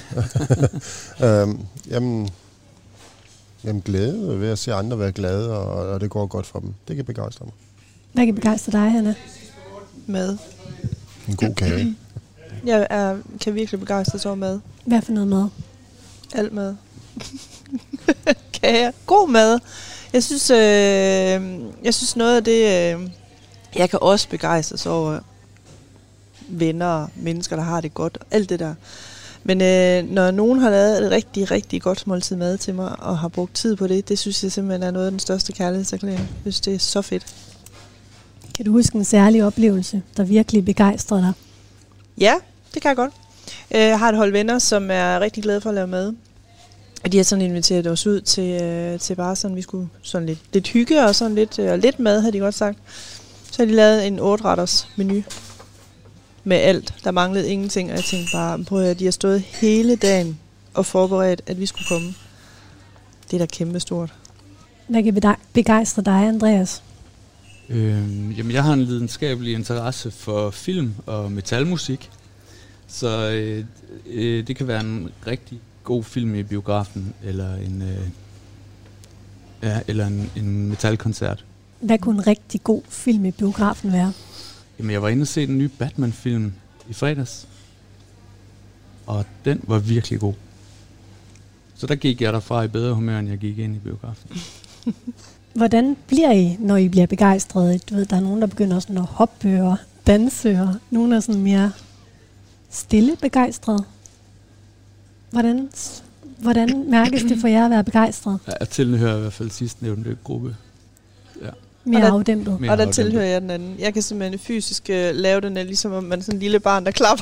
øhm, jamen, jamen, glæde ved at se andre være glade, og, og det går godt for dem. Det kan begejstre mig. Hvad kan begejstre dig, Hanna? Mad. En god kage. Jeg er, kan virkelig begejstre sig over mad. Hvad for noget mad? Alt mad. Kager. God mad. Jeg synes, øh, jeg synes noget af det, øh, jeg kan også begejstre sig over venner, mennesker, der har det godt, og alt det der. Men øh, når nogen har lavet et rigtig, rigtig godt måltid mad til mig, og har brugt tid på det, det synes jeg simpelthen er noget af den største kærlighedserklæring. Jeg synes, det er så fedt. Kan du huske en særlig oplevelse, der virkelig begejstrede dig? Ja, det kan jeg godt. Jeg har et hold venner, som er rigtig glade for at lave mad. Og de har sådan inviteret os ud til, øh, til bare sådan, vi skulle sådan lidt, lidt hygge og sådan lidt, øh, lidt mad, havde de godt sagt. Så har de lavet en otte-retters menu med alt. Der manglede ingenting, og jeg tænkte bare, prøv at de har stået hele dagen og forberedt, at vi skulle komme. Det er da kæmpe stort. Hvad kan begejstre dig, Andreas? Øhm, jamen, jeg har en lidenskabelig interesse for film og metalmusik. Så øh, øh, det kan være en rigtig god film i biografen, eller en, øh, ja, eller en, en metalkoncert. Hvad kunne en rigtig god film i biografen være? Jamen, jeg var inde og se den nye Batman-film i fredags, og den var virkelig god. Så der gik jeg derfra i bedre humør, end jeg gik ind i biografen. Hvordan bliver I, når I bliver begejstrede? Du ved, der er nogen, der begynder sådan at hoppe og danse, og nogen er sådan mere stille begejstrede. Hvordan, hvordan mærkes det for jer at være begejstret? Ja, jeg tilhører i hvert fald sidst nævnte gruppe. Ja. Mere og der, afdæmpet. Mere og der afdæmpet. Tilhører jeg den anden. Jeg kan simpelthen fysisk uh, lave den, ligesom om man er sådan en lille barn, der klapper.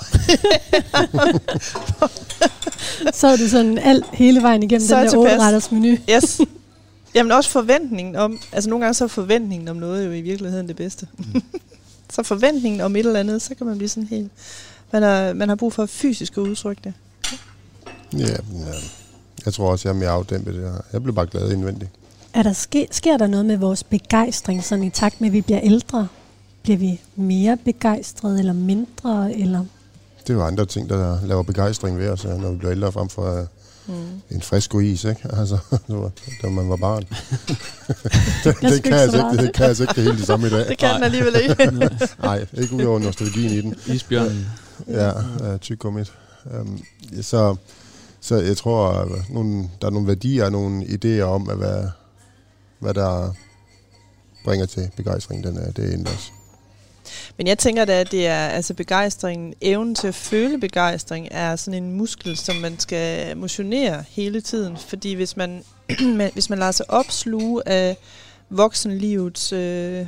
Så er du sådan alt hele vejen igennem så den der otte-retters menu. Yes. Jamen også forventningen om, altså nogle gange så er forventningen om noget jo i virkeligheden det bedste. Mm. Så forventningen om et eller andet, så kan man blive sådan helt, man har, man har brug for fysisk at udtrykke det. Ja, ja, jeg tror også, jeg er mere afdæmpet det her. Jeg bliver bare glad indvendigt. Er der ske, sker der noget med vores begejstring, sådan i takt med, at vi bliver ældre? Bliver vi mere begejstrede eller mindre? Eller? Det er jo andre ting, der laver begejstring ved os, når vi bliver ældre, frem for mm. en frisk is, ikke? Altså, da man var barn. det, det, kan jeg ikke, det kan jeg ikke det hele det samme i dag. Det kan den alligevel ikke. Nej, ikke ud over nostalgien i den. Isbjørnen. Ja, uh, tykkummit. Um, så, så jeg tror, at nogle, der er nogle værdier, nogle idéer om, at hvad, hvad der bringer til begejstring, den er, det er ændres. Men jeg tænker da, at det er altså begejstringen, evnen til at føle begejstring, er sådan en muskel, som man skal motionere hele tiden. Fordi hvis man, hvis man lader sig opsluge af voksenlivets øh,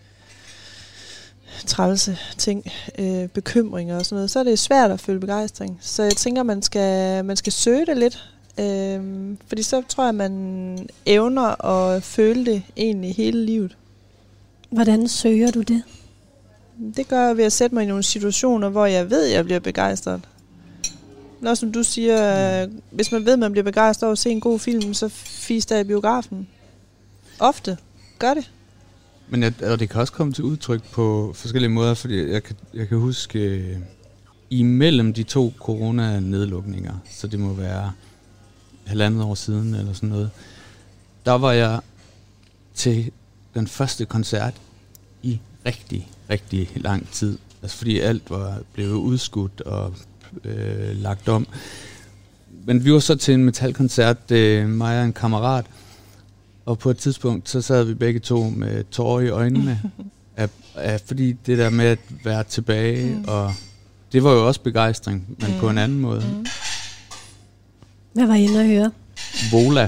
trælse ting, øh, bekymringer og sådan noget, så er det svært at føle begejstring. Så jeg tænker, man skal man skal søge det lidt. Øh, fordi så tror jeg, man evner at føle det egentlig hele livet. Hvordan søger du det? Det gør jeg ved at sætte mig i nogle situationer, hvor jeg ved, at jeg bliver begejstret. Når som du siger, mm. hvis man ved, at man bliver begejstret over at se en god film, så fisk der i biografen. Ofte. Gør det. Men jeg, og det kan også komme til udtryk på forskellige måder, fordi jeg kan, jeg kan huske, øh, imellem de to corona-nedlukninger, så det må være halvandet år siden eller sådan noget, der var jeg til den første koncert i rigtig, rigtig lang tid. Altså fordi alt var blevet udskudt og øh, lagt om. Men vi var så til en metalkoncert, øh, mig og en kammerat, og på et tidspunkt, så sad vi begge to med tårer i øjnene, af, af, fordi det der med at være tilbage, mm. og det var jo også begejstring, men mm. på en anden måde. Mm. Hvad var I inde at høre? Vola.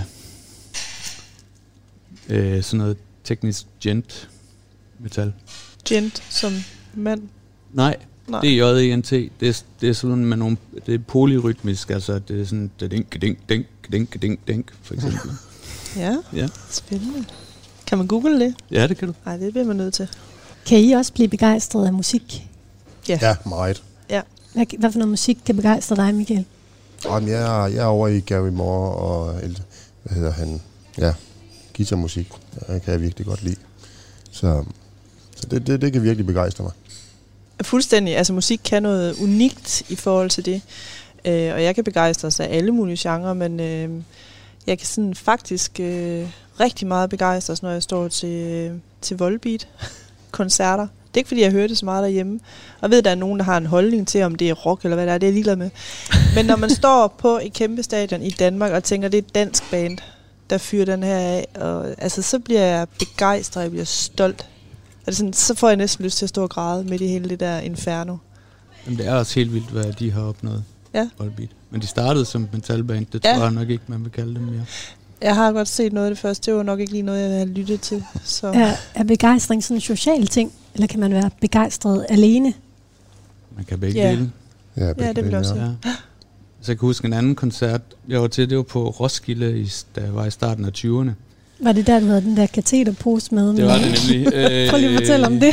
Øh, sådan noget teknisk gent metal. Gent som mand? Nej, Nej. det er J E N T. Det er, det er sådan med nogle, det er polyrytmisk, altså det er sådan dink dink dink dink dink dink for eksempel. Ja, ja, spændende. Kan man google det? Ja, det kan du. Nej, det bliver man nødt til. Kan I også blive begejstret af musik? Ja, ja meget. Ja. Hvad, hvad for noget musik kan begejstre dig, Michael? Jamen, jeg, er, jeg er over i Gary Moore og, hvad hedder han, ja, guitarmusik. Det kan jeg virkelig godt lide. Så, så det, det, det kan virkelig begejstre mig. Fuldstændig. Altså musik kan noget unikt i forhold til det. Øh, og jeg kan begejstres af alle mulige genrer, men øh, jeg kan sådan faktisk øh, rigtig meget begejstres, når jeg står til, til Volbeat-koncerter. Det er ikke, fordi jeg hører det så meget derhjemme. Og ved, at der er nogen, der har en holdning til, om det er rock eller hvad det er, det er jeg ligeglad med. Men når man står på et kæmpe stadion i Danmark og tænker, det er et dansk band, der fyrer den her af, og, altså, så bliver jeg begejstret, jeg bliver stolt. Altså, sådan, så får jeg næsten lyst til at stå og græde midt i hele det der inferno. Jamen, det er også helt vildt, hvad de har opnået. Ja. Volbeat. Men de startede som metalband, det ja. tror jeg nok ikke, man vil kalde dem mere. Jeg har godt set noget af det første, det var nok ikke lige noget, jeg havde lyttet til. Så. Er, er begejstring sådan en social ting, eller kan man være begejstret alene? Man kan begge ja. dele. Ja, ja, det vil jeg også sige. Ja. Så jeg kan huske en anden koncert, jeg var til, det var på Roskilde, i, da jeg var i starten af tyverne. Var det der, du havde den der kateterpose med? Det var det nemlig. Prøv lige at fortælle om det.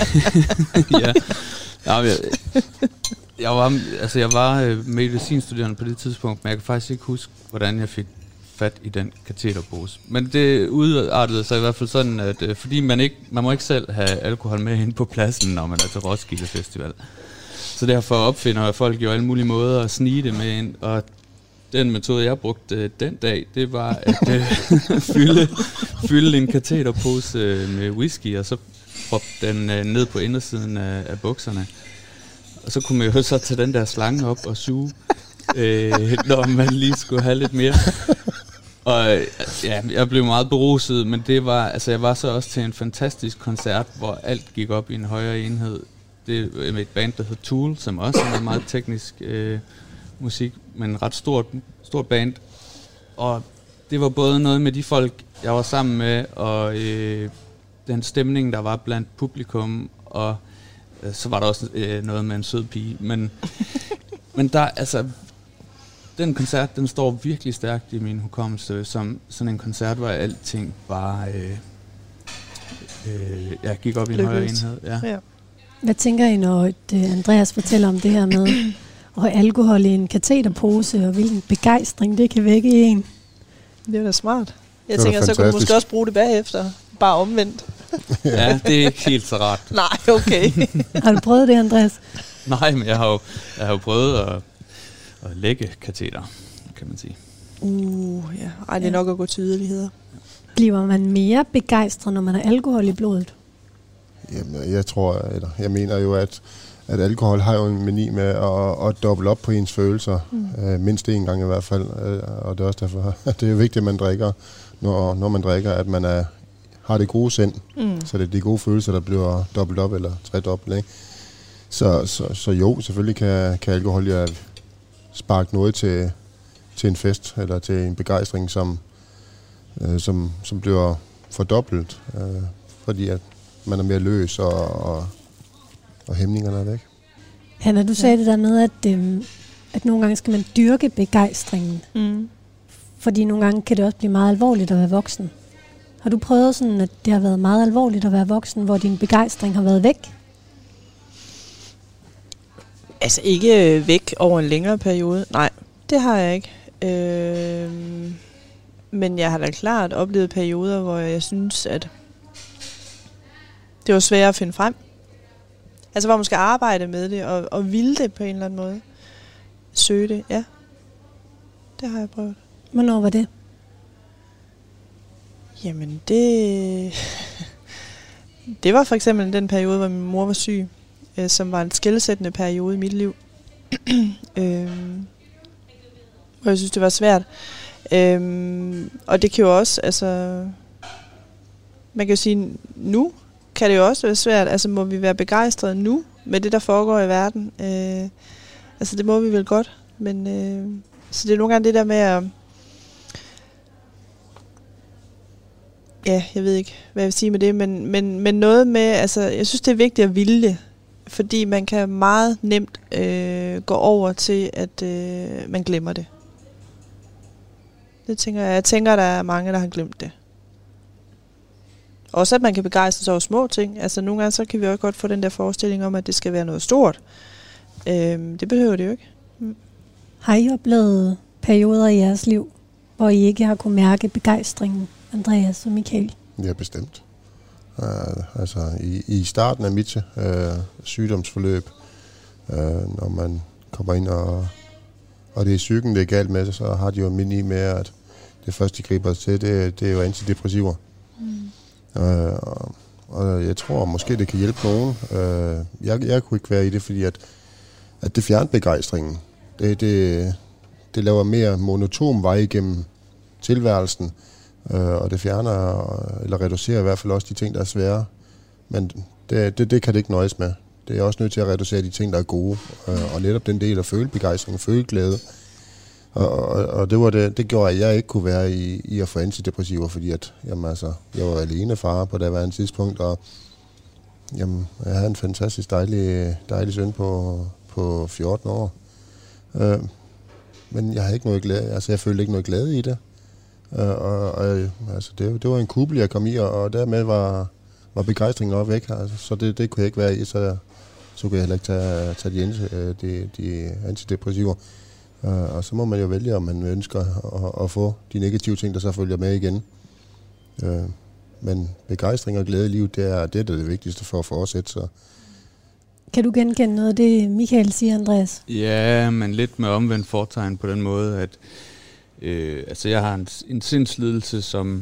ja. ja jeg, jeg var, altså jeg var medicinstuderende på det tidspunkt, men jeg kan faktisk ikke huske, hvordan jeg fik fat i den kateterpose. Men det udartede sig i hvert fald sådan, at øh, fordi man ikke, man må ikke selv have alkohol med ind på pladsen, når man er til Roskilde Festival. Så derfor opfinder folk jo alle mulige måder at snige det med ind, og den metode, jeg brugte øh, den dag, det var at øh, fylde, fylde en kateterpose øh, med whisky, og så proppe den øh, ned på indersiden af, af bukserne. Og så kunne man jo så tage den der slange op og suge, øh, når man lige skulle have lidt mere. Og ja, jeg blev meget beruset, men det var, altså jeg var så også til en fantastisk koncert, hvor alt gik op i en højere enhed. Det er med et band, der hedder Tool, som også er meget teknisk øh, musik, men ret stort, stort band. Og det var både noget med de folk, jeg var sammen med, og øh, den stemning, der var blandt publikum, og øh, så var der også øh, noget med en sød pige. Men, men der, altså, den koncert, den står virkelig stærkt i min hukommelse, som sådan en koncert, hvor alting bare øh, øh, jeg gik op i en højere enhed. Ja. Ja. Hvad tænker I, når det, Andreas fortæller om det her med at have alkohol i en kateterpose, og hvilken begejstring det kan vække i en? Det er da smart. Jeg tænker, så kunne du måske også bruge det bagefter. Bare omvendt. Ja, det er ikke helt så rart. Nej, okay. Har du prøvet det, Andreas? Nej, men jeg har jo, jeg har jo prøvet at, at lægge kateter, kan man sige. Uh, ja. Ej, det er nok at gå til yderligheder. Bliver man mere begejstret, når man har alkohol i blodet? Jamen, jeg tror, eller jeg mener jo, at, at alkohol har jo en mani med at, at doble op på ens følelser. Mm. Øh, mindst en gang i hvert fald. Øh, og det er også derfor, at det er vigtigt, at man drikker, når, når man drikker, at man er, har det gode sind. Mm. Så det er de gode følelser, der bliver dobbelt op eller tredobbelt. Ikke? Så, så, så jo, selvfølgelig kan, kan alkohol ja, sparke noget til, til en fest, eller til en begejstring, som, øh, som, som bliver fordoblet. Øh, fordi at man er mere løs, og, og, og hæmningerne er væk. Hanna, du sagde ja. det der med, at, øhm, at nogle gange skal man dyrke begejstringen. Mm. Fordi nogle gange kan det også blive meget alvorligt at være voksen. Har du prøvet sådan, at det har været meget alvorligt at være voksen, hvor din begejstring har været væk? Altså ikke væk over en længere periode. Nej, det har jeg ikke. Øh, men jeg har da klart oplevet perioder, hvor jeg synes, at det var svært at finde frem. Altså hvor man skal arbejde med det, og, og ville det på en eller anden måde. Søge det, ja. Det har jeg prøvet. Hvornår var det? Jamen det... det var for eksempel den periode, hvor min mor var syg, øh, som var en skelsættende periode i mit liv. øh, hvor jeg synes, det var svært. Øh, og det kan jo også, altså... Man kan jo sige, nu kan det jo også være svært. Altså må vi være begejstrede nu med det, der foregår i verden. Øh, altså det må vi vel godt. Men øh, så det er nogle gange det der med at... Ja, jeg ved ikke, hvad jeg vil sige med det, men, men, men noget med, altså, jeg synes, det er vigtigt at ville det, fordi man kan meget nemt øh, gå over til, at øh, man glemmer det. Det tænker jeg. Jeg tænker, der er mange, der har glemt det. Også at man kan begejstre sig over små ting. Altså nogle gange, så kan vi også godt få den der forestilling om, at det skal være noget stort. Øh, det behøver det jo ikke. Mm. Har I oplevet perioder i jeres liv, hvor I ikke har kunne mærke begejstringen, Andreas og Michael? Ja, bestemt. Uh, altså i, i starten af mit uh, sygdomsforløb, uh, når man kommer ind, og, og det er psyken, det er galt med, så har de jo en mini med, at det første, de griber til, det, det er jo antidepressiver. Mm. Uh, og, og jeg tror, måske det kan hjælpe nogen. Uh, jeg, jeg kunne ikke være i det, fordi at, at det fjerner begejstringen. Det, det, det laver mere monoton vej igennem tilværelsen, uh, og det fjerner, eller reducerer i hvert fald også de ting, der er svære. Men det, det, det kan det ikke nøjes med. Det er også nødt til at reducere de ting, der er gode, uh, og netop den del af føle begejstring, føle glæde. Og, og, og det var det, det gjorde, at jeg ikke kunne være i, i at få antidepressiver, fordi at, jamen, altså, jeg var alene far på det værende tidspunkt, og jamen, jeg havde en fantastisk dejlig, dejlig søn på, på fjorten år. Uh, men jeg havde ikke noget glæde, altså jeg følte ikke noget glæde i det. Uh, og, og altså, det, det var en kuble, jeg kom i, og, og dermed var, var begejstringen også væk. Altså, så det, det kunne jeg ikke være i, så, så kunne jeg heller ikke tage, tage de, de, de antidepressiver. Uh, og så må man jo vælge, om man ønsker at, at få de negative ting, der så følger med igen. Uh, men begejstring og glæde i livet, det er det, der er det vigtigste for at fortsætte. Så. Kan du genkende noget af det, Michael siger, Andreas? Ja, men lidt med omvendt fortegn på den måde, at øh, altså jeg har en, en sindslidelse, som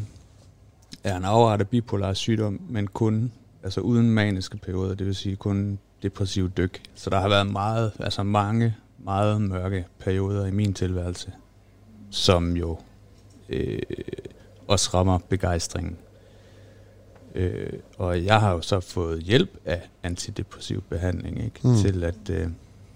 er en afart af bipolar sygdom, men kun altså uden maniske perioder, det vil sige kun depressiv dyk. Så der har været meget, altså mange meget mørke perioder i min tilværelse, som jo øh, også rammer begejstringen. Øh, og jeg har jo så fået hjælp af antidepressiv behandling, ikke? Mm. Til at øh,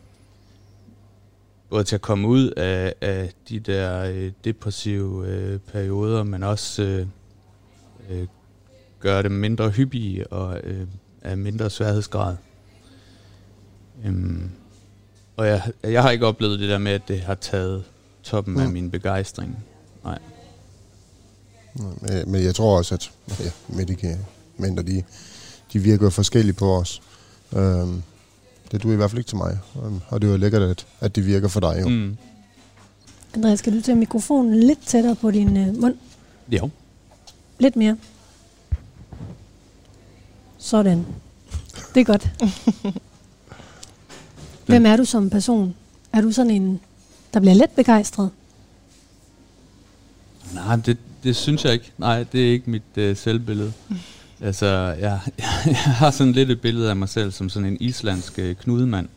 både til at komme ud af, af de der øh, depressive øh, perioder, men også øh, øh, gøre dem mindre hyppige og øh, af mindre sværhedsgrad. Øhm, Og jeg, jeg har ikke oplevet det der med, at det har taget toppen mm. af min begejstring. Nej. Men jeg tror også, at ja, medikamenter, de, de virker forskelligt på os. Um, det duer i hvert fald ikke til mig. Um, og det er jo lækkert, at, at det virker for dig. Jo. Mm. Andreas, skal du tage mikrofonen lidt tættere på din øh, mund? Jo. Lidt mere. Sådan. Det er godt. Hvem er du som person? Er du sådan en, der bliver let begejstret? Nej, det, det synes jeg ikke. Nej, det er ikke mit øh, selvbillede. Altså, jeg, jeg, jeg har sådan lidt et billede af mig selv som sådan en islandsk øh, knudemand.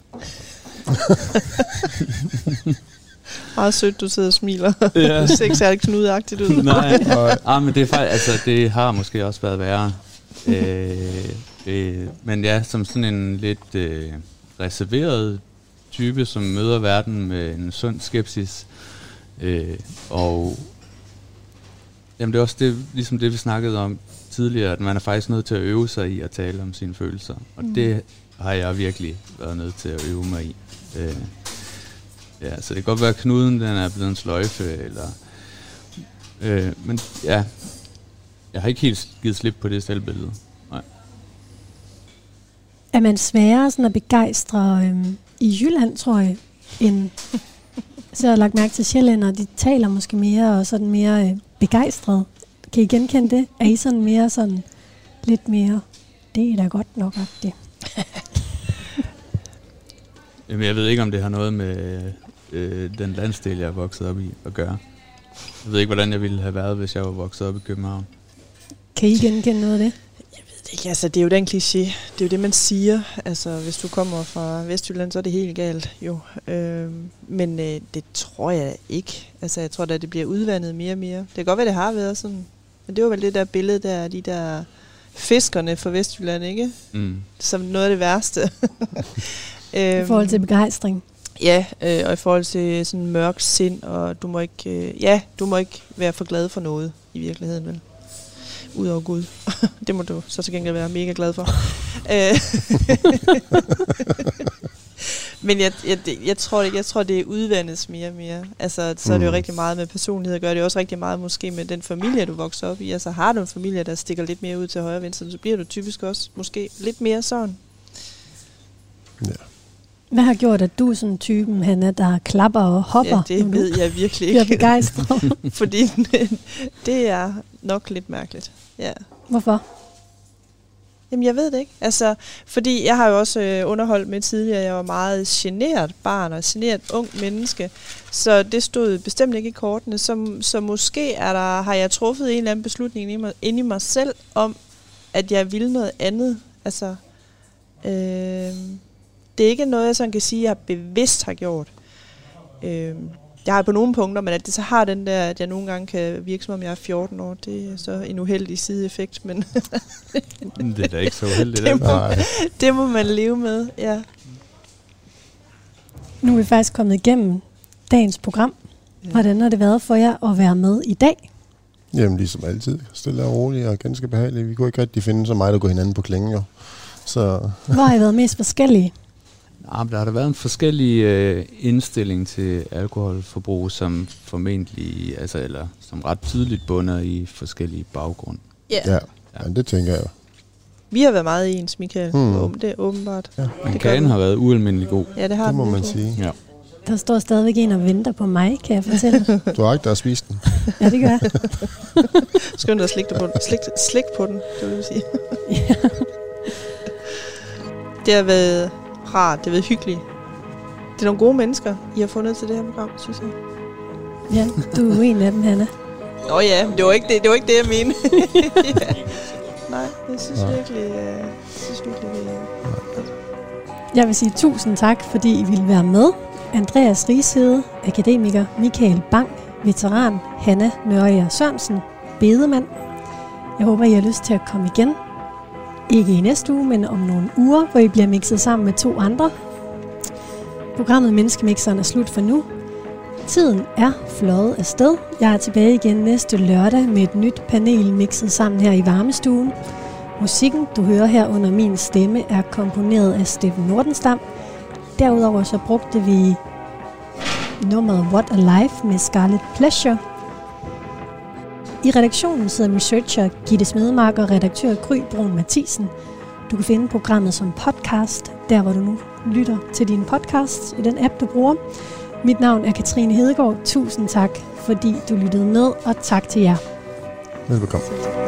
Meget sødt, du sidder og smiler. Ja. Du ser ikke særlig knudeagtigt ud. Nej, ah, men det er faktisk, altså, det har måske også været værre. øh, øh, men ja, som sådan en lidt øh, reserveret type, som møder verden med en sund skepsis. Øh, og jamen, det er også det, ligesom det, vi snakkede om tidligere, at man er faktisk nødt til at øve sig i at tale om sine følelser. Og mm. det har jeg virkelig været nødt til at øve mig i. Øh, ja, så det kan godt være, at knuden den er blevet en sløjfe, eller... Øh, men ja, jeg har ikke helt givet slip på det selvbillede. Nej. Er man sværere sådan at begejstre øhm, i Jylland, tror jeg, end så har jeg lagt mærke til sjællænder, de taler måske mere og sådan mere øh, begejstret. Kan I genkende det? Er I sådan mere sådan lidt mere, det er da godt nok-agtigt? Jamen, jeg ved ikke, om det har noget med øh, den landsdel, jeg er vokset op i at gøre. Jeg ved ikke, hvordan jeg ville have været, hvis jeg var vokset op i København. Kan I genkende noget af det? Jeg ved det ikke, altså det er jo den kliché. Det er jo det, man siger. Altså hvis du kommer fra Vestjylland, så er det helt galt, jo. Øhm, men øh, det tror jeg ikke. Altså jeg tror da, det bliver udvandet mere og mere. Det kan godt være, det har været sådan. Men det var vel det der billede der, de der fiskerne fra Vestjylland, ikke? Mm. Som noget af det værste. I forhold til begejstring? Ja, øh, og i forhold til sådan mørk sind, og du må ikke, øh, ja, du må ikke være for glad for noget i virkeligheden, vel? Udover Gud. Det må du så til gengæld være mega glad for. Men jeg, jeg, jeg, tror, jeg tror, det er udvandet mere og mere. Altså, så er det jo rigtig meget med personlighed at gøre. Det er også rigtig meget måske med den familie, du vokser op i. Altså, har du en familie, der stikker lidt mere ud til højre og venstre, så bliver du typisk også måske lidt mere sådan. Ja. Hvad har gjort, at du er sådan typen, Hanna, der klapper og hopper? Ja, det ved jeg virkelig ikke. Jeg er begejstret. Fordi det er nok lidt mærkeligt. Ja. Hvorfor? Jamen, jeg ved det ikke. Altså, fordi jeg har jo også øh, underholdt med tidligere, jeg var meget genert barn og genert ung menneske, så det stod bestemt ikke i kortene. Så, så måske er der, har jeg truffet en eller anden beslutning inde i mig, inde i mig selv om, at jeg ville noget andet. Altså, øh, det er ikke noget, jeg sådan kan sige, jeg bevidst har gjort. Øh, Jeg har på nogle punkter, men at det så har den der, at jeg nogle gange kan virke som om jeg er fjorten år. Det er så en uheldig sideeffekt, men det er da ikke så uheldigt. det, må, det må man leve med, ja. Nu er vi faktisk kommet igennem dagens program. Ja. Hvordan har det været for jer at være med i dag? Jamen ligesom altid. Stille og roligt og ganske behageligt. Vi kunne ikke rigtig finde så meget, der går hinanden på klingen, jo. Så hvor har I været mest forskellige? Ja, der har der været en forskellig øh, indstilling til alkoholforbrug, som formentlig, altså eller som ret tydeligt bunder i forskellige baggrunde. Yeah. Ja, ja, det tænker jeg. Vi har været meget ens, Michael. Hmm. Det er åbenbart. Ja. Men kagen har været ualmindelig god. Ja, det har det må den man virkelig. sige. Ja. Der står stadigvæk en og venter på mig, kan jeg fortælle. Du har ikke der spist den? Ja, det gør jeg. Skynd dig at slikke på den. Slik, slik på den, det vil jeg sige. Ja. Det har været rart, det har været hyggeligt. Det er nogle gode mennesker, I har fundet til det her program, synes jeg. Ja, du er jo en af dem, Hanna. Nå ja, det var ikke det, det, var ikke det jeg mente. Ja. Nej, jeg synes ja. virkelig, jeg synes virkelig, det er... Jeg vil sige tusind tak, fordi I ville være med. Andreas Rishede, akademiker, Michael Bang, veteran, Hanna Nørre Sørensen, bedemand. Jeg håber, I har lyst til at komme igen. Ikke i næste uge, men om nogle uger, hvor I bliver mixet sammen med to andre. Programmet Menneskemixeren er slut for nu. Tiden er fløjet afsted. Jeg er tilbage igen næste lørdag med et nyt panel mixet sammen her i varmestuen. Musikken, du hører her under min stemme, er komponeret af Steffen Nordenstam. Derudover så brugte vi nummeret What a Life med Scarlet Pleasure. I redaktionen sidder researcher Gitte Smedemark og redaktør Gry Brun Mathisen. Du kan finde programmet som podcast, der hvor du nu lytter til din podcast i den app, du bruger. Mit navn er Katrine Hedegaard. Tusind tak, fordi du lyttede med, og tak til jer. Velbekomme.